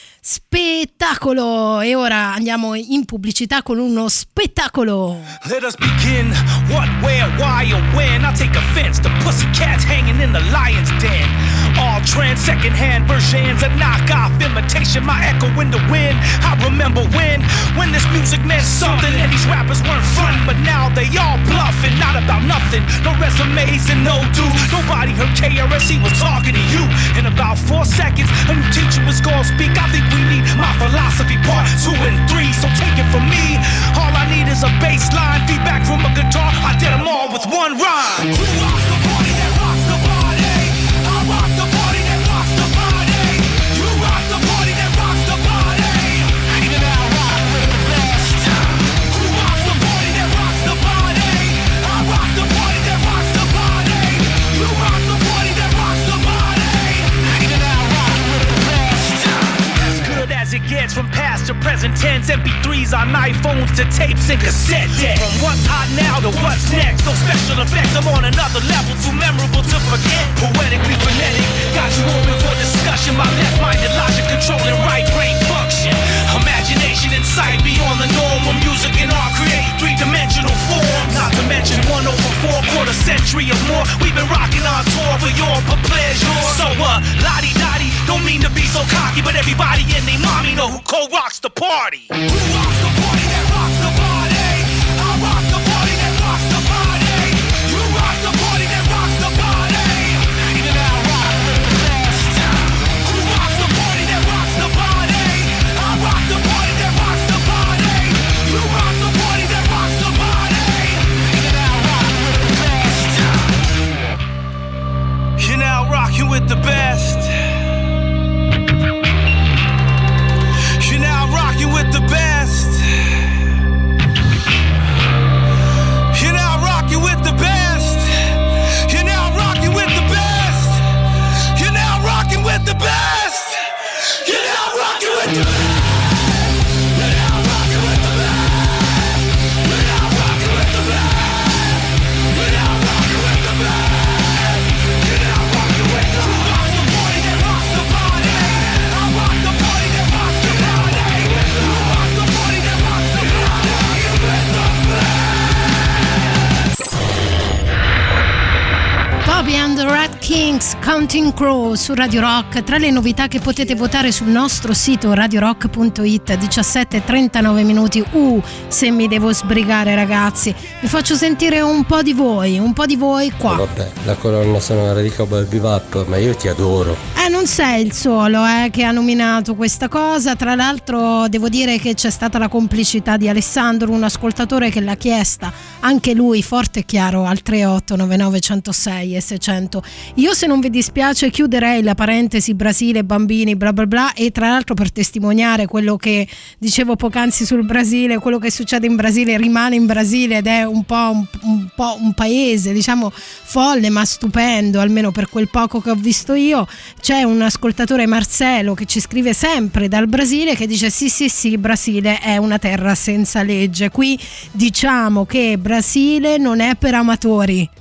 Spettacolo! E ora andiamo in pubblicità con uno spettacolo. Let us begin. What, where, why, or when? I take offense to pussycats hanging in the lion's den. All trends, second-hand versions, a knockoff imitation, my echo in the wind. I remember when, when this music meant something and these rappers weren't fun, but now they all bluffing, not about nothing. No resumes and no dues. Nobody heard K R S, he was talking to you. In about four seconds, a new teacher was gonna speak. I think we need my philosophy part two and three, so take it from me. All I need is a bass line, feedback from a guitar. I did them all with one rhyme. Who rocks the party that rocks the party? I rock the party that rocks the party. You rock the party that rocks the party. Even I rock with the best. Who rocks the party that rocks the party? I rock the party that rocks the party. You rock the party that rocks the party. Even I rock with the best. As good as it gets, from past to present tense, M P threes on iPhones to tapes and cassette decks. From what's hot now to what's next, no special effects, I'm on another level, too memorable to forget. Poetically phonetic, got you open for discussion. My left-minded logic controlling right brain function. Imagination and sight beyond the normal. Music and art create three-dimensional forms. Not to mention one over four, quarter century or more. We've been rocking on tour for your pleasure. So uh, lottie-dottie, don't mean to be so cocky, but everybody and they mommy know who co-rocks the party. Who rocks the party that rocks the party? I rock the party that rocks the party. You rock the party that rocks the party. Even I rock with the best. Who rocks the party that rocks the party? I rock the party that rocks the party. You rock the party that rocks the party. Even I rock with the best. You're now rocking with the best. You're now rocking with the best. You're now rocking with the best. You're now rocking with the best. You're now rocking with the best. You're now rocking with the best. You're now rocking with the best. You're now rocking with the best. You're now rocking with the best. You're now rocking with the best. Who rocks the party that rocks the party? I rock the party that rocks the party. Who rocks the party that rocks the party? With the best. Bobby and the Red Kings, Counting Crow su Radio Rock. Tra le novità che potete votare sul nostro sito radio rock punto it, diciassette e trentanove minuti. Uh, se mi devo sbrigare, ragazzi. Vi faccio sentire un po' di voi, un po' di voi qua. Vabbè, la colonna sonora di Cowboy Bebop, ma io ti adoro. Eh, non sei il solo eh, che ha nominato questa cosa. Tra l'altro devo dire che c'è stata la complicità di Alessandro, un ascoltatore che l'ha chiesta anche lui forte e chiaro al tre otto nove nove uno zero sei e seicento. Io, se non vi dispiace, chiuderei la parentesi Brasile, bambini, bla bla bla. E tra l'altro, per testimoniare quello che dicevo poc'anzi sul Brasile, quello che succede in Brasile rimane in Brasile ed è un po' un, un po' un paese, diciamo, folle ma stupendo, almeno per quel poco che ho visto io. C'è un ascoltatore, Marcelo, che ci scrive sempre dal Brasile, che dice sì sì sì, Brasile è una terra senza legge. Qui diciamo che Brasile non è per amatori,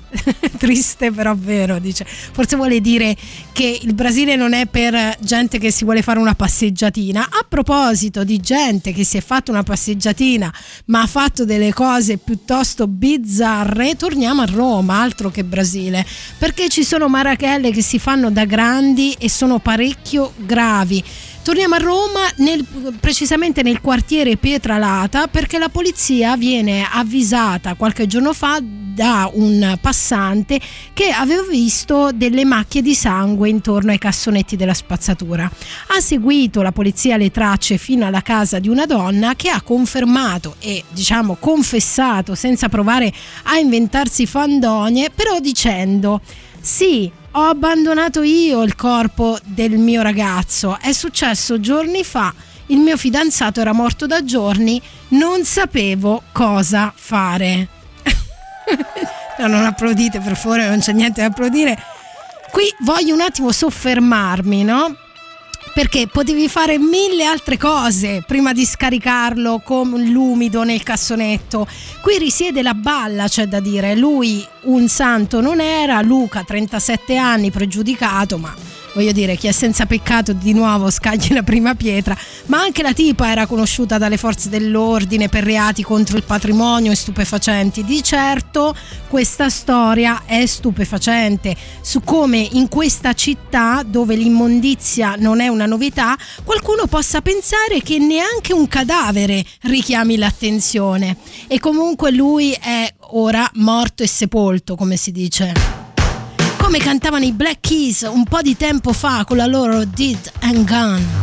Triste però vero, dice. Forse vuole dire che il Brasile non è per gente che si vuole fare una passeggiatina. A proposito di gente che si è fatta una passeggiatina ma ha fatto delle cose piuttosto bizzarre, torniamo a Roma, altro che Brasile, perché ci sono marachelle che si fanno da grandi e sono parecchio gravi. Torniamo a Roma, nel, precisamente nel quartiere Pietralata, perché la polizia viene avvisata qualche giorno fa da un passante che aveva visto delle macchie di sangue intorno ai cassonetti della spazzatura. Ha seguito la polizia le tracce fino alla casa di una donna che ha confermato e diciamo confessato, senza provare a inventarsi fandonie, però dicendo: sì, ho abbandonato io il corpo del mio ragazzo, è successo giorni fa, il mio fidanzato era morto da giorni, non sapevo cosa fare. No, non applaudite per favore, non c'è niente da applaudire. Qui voglio un attimo soffermarmi, no? Perché potevi fare mille altre cose prima di scaricarlo con l'umido nel cassonetto. Qui risiede la balla, c'è da dire. Lui un santo non era, Luca trentasette anni, pregiudicato, ma voglio dire, chi è senza peccato di nuovo scagli la prima pietra. Ma anche la tipa era conosciuta dalle forze dell'ordine per reati contro il patrimonio e stupefacenti. Di certo questa storia è stupefacente su come in questa città, dove l'immondizia non è una novità, qualcuno possa pensare che neanche un cadavere richiami l'attenzione. E comunque lui è ora morto e sepolto, come si dice. Come cantavano i Black Keys un po' di tempo fa con la loro Dead and Gone.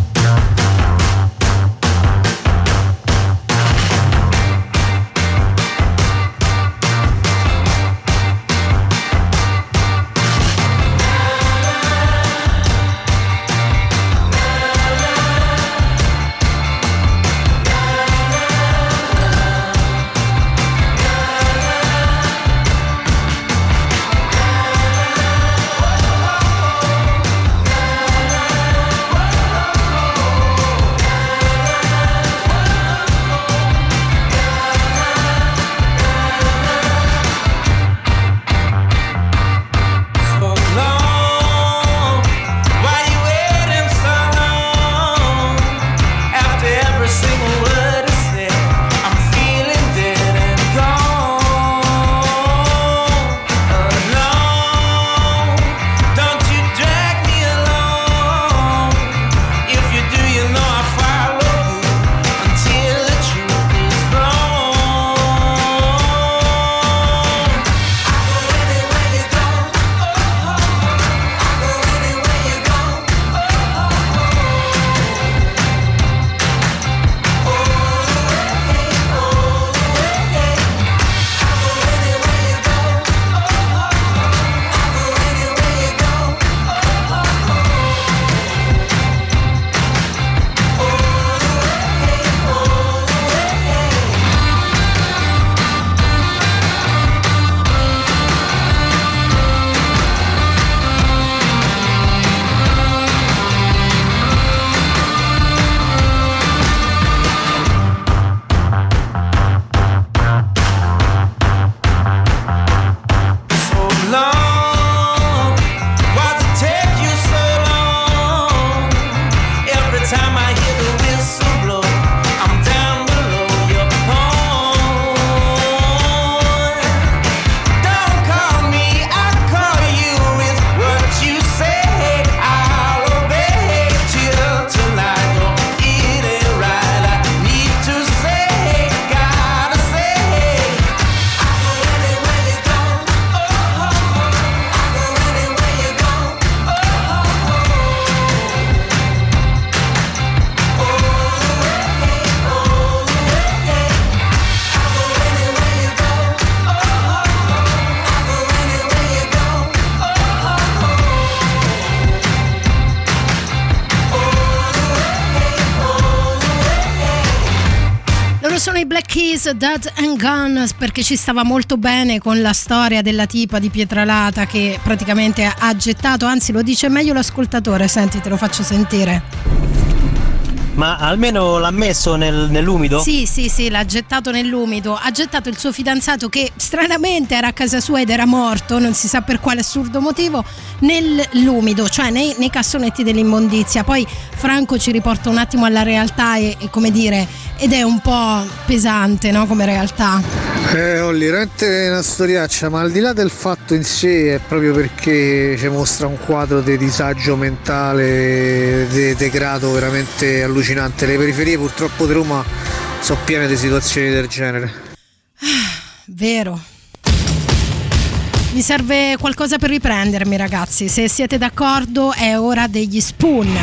Sono i Black Keys, Dead and Gone, perché ci stava molto bene con la storia della tipa di Pietralata che praticamente ha gettato, anzi lo dice meglio l'ascoltatore, senti, te lo faccio sentire. Ma almeno l'ha messo nel, nell'umido? Sì, sì, sì, l'ha gettato nell'umido. Ha gettato il suo fidanzato, che stranamente era a casa sua ed era morto, non si sa per quale assurdo motivo, nell'umido, cioè nei, nei cassonetti dell'immondizia. Poi Franco ci riporta un attimo alla realtà e, e come dire, ed è un po' pesante, no, come realtà. Eh, Olli, veramente una storiaccia, ma al di là del fatto in sé è proprio perché ci mostra un quadro di disagio mentale, di degrado veramente allucinante. Le periferie purtroppo di Roma sono piene di situazioni del genere. Vero. Mi serve qualcosa per riprendermi, ragazzi. Se siete d'accordo è ora degli Spoon.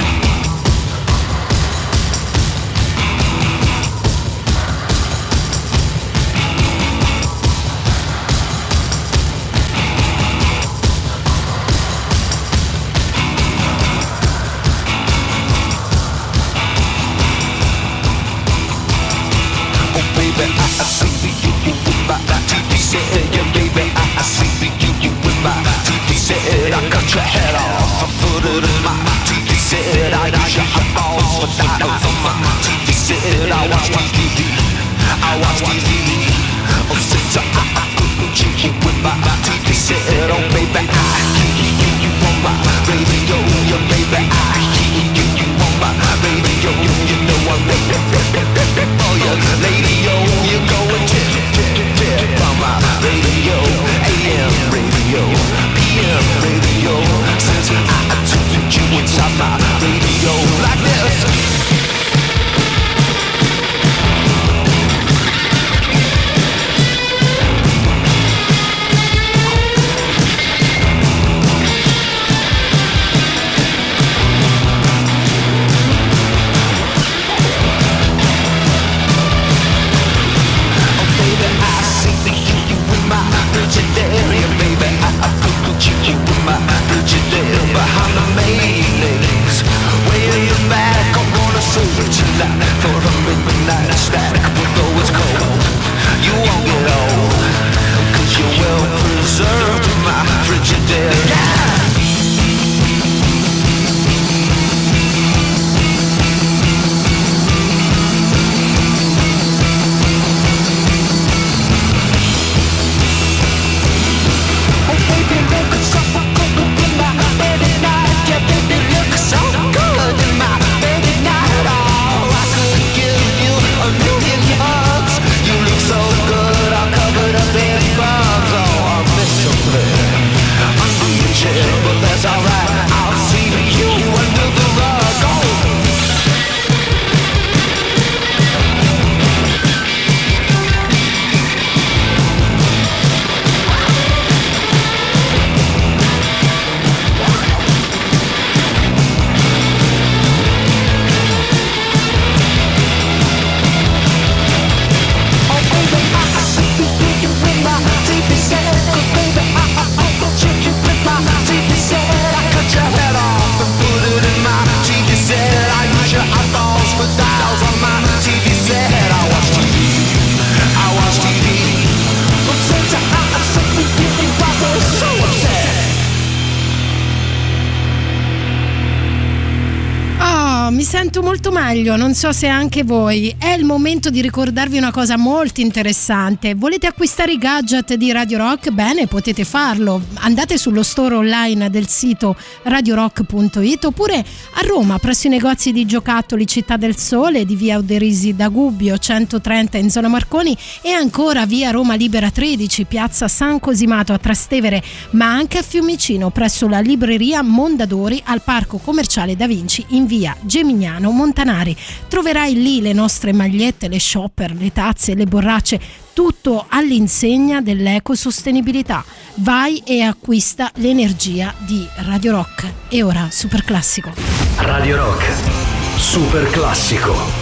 Molto meglio, non so se anche voi. È il momento di ricordarvi una cosa molto interessante. Volete acquistare i gadget di Radio Rock? Bene, potete farlo. Andate sullo store online del sito radio rock punto it oppure a Roma presso i negozi di giocattoli Città del Sole di via Oderisi da Gubbio centotrenta in zona Marconi e ancora via Roma Libera tredici piazza San Cosimato a Trastevere, ma anche a Fiumicino presso la libreria Mondadori al Parco Commerciale Da Vinci in via Gemignano Montanari. Troverai lì le nostre magliette, le shopper, le tazze, le borracce, tutto all'insegna dell'ecosostenibilità. Vai e acquista l'energia di Radio Rock. E ora super classico. Radio Rock super classico.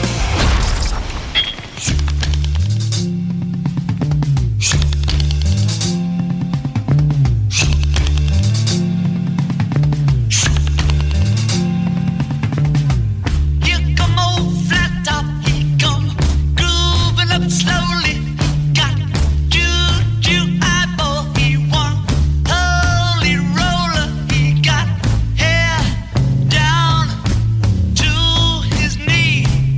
Down to his knee.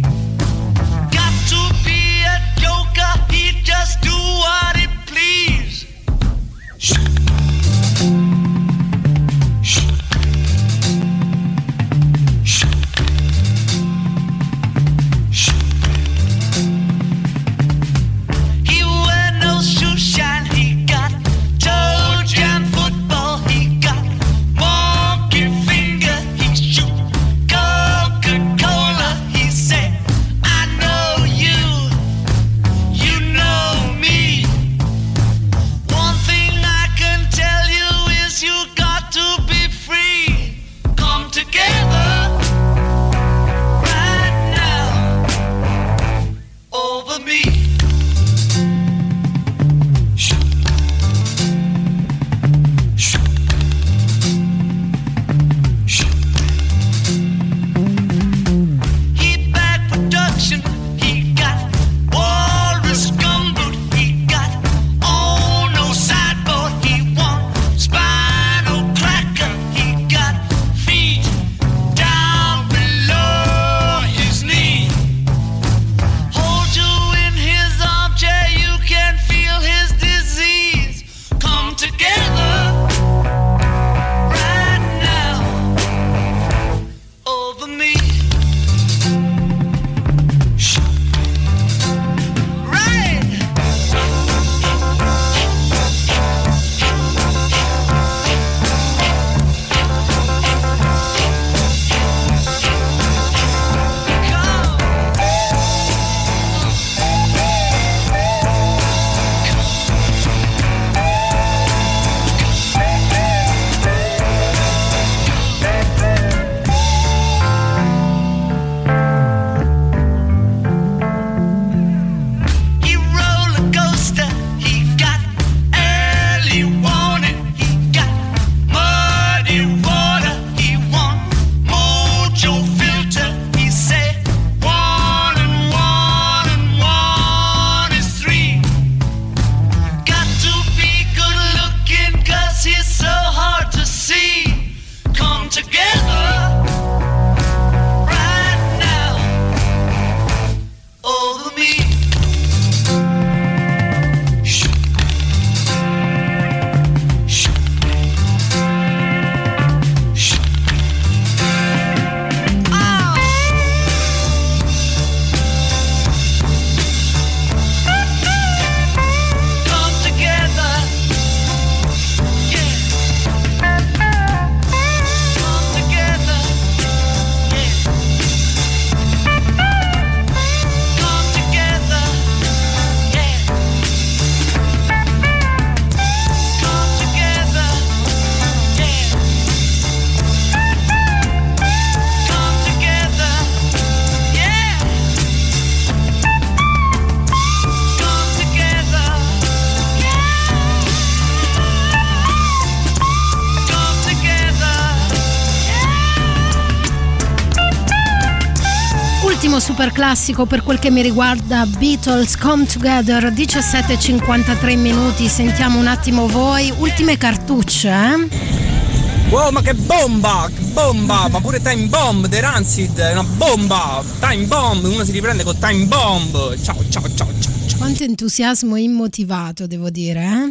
Super classico per quel che mi riguarda, Beatles Come Together, diciassette e cinquantatré minuti. Sentiamo un attimo voi, ultime cartucce, eh? Wow, ma che bomba, che bomba, ma pure Time Bomb The Rancid è una bomba, Time Bomb, uno si riprende con Time Bomb. Ciao ciao ciao ciao, ciao. Quanto entusiasmo immotivato, devo dire, eh?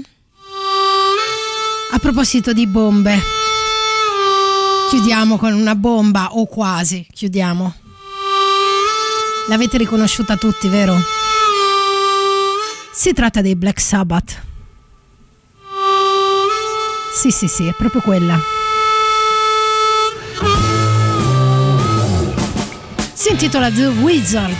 A proposito di bombe, chiudiamo con una bomba, o quasi, chiudiamo. L'avete riconosciuta tutti, vero? Si tratta dei Black Sabbath. Sì, sì, sì, è proprio quella. Si intitola The Wizard.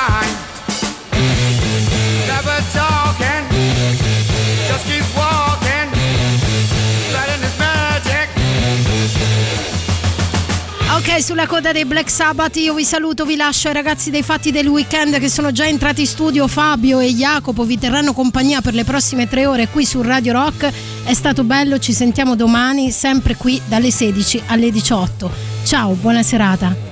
mind. Never talking, just keep walking, letting his magic. Ok, sulla coda dei Black Sabbath io vi saluto, vi lascio ai ragazzi dei Fatti del Weekend che sono già entrati in studio. Fabio e Jacopo vi terranno compagnia per le prossime tre ore qui su Radio Rock. È stato bello, ci sentiamo domani sempre qui dalle sedici alle diciotto. Ciao, buona serata.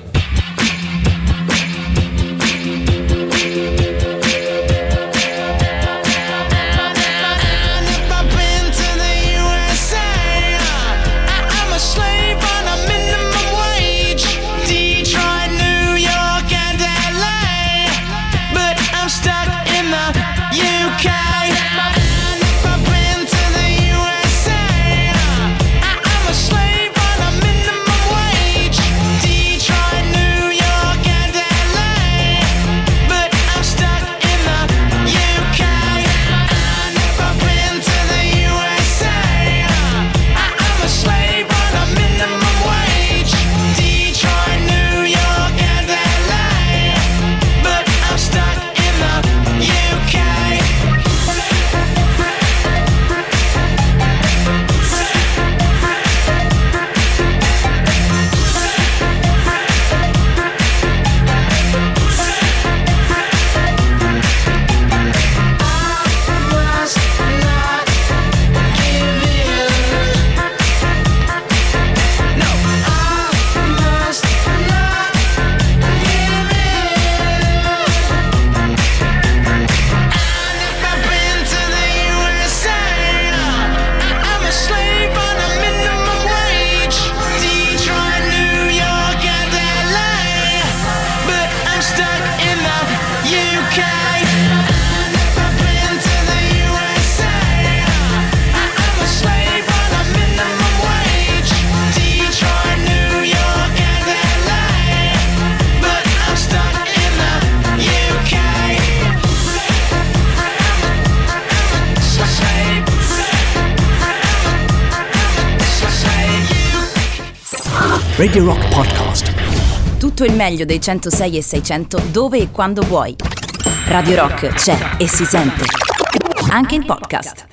Radio Rock Podcast. Tutto il meglio dei centosei e seicento dove e quando vuoi. Radio Rock c'è e si sente. Anche in podcast.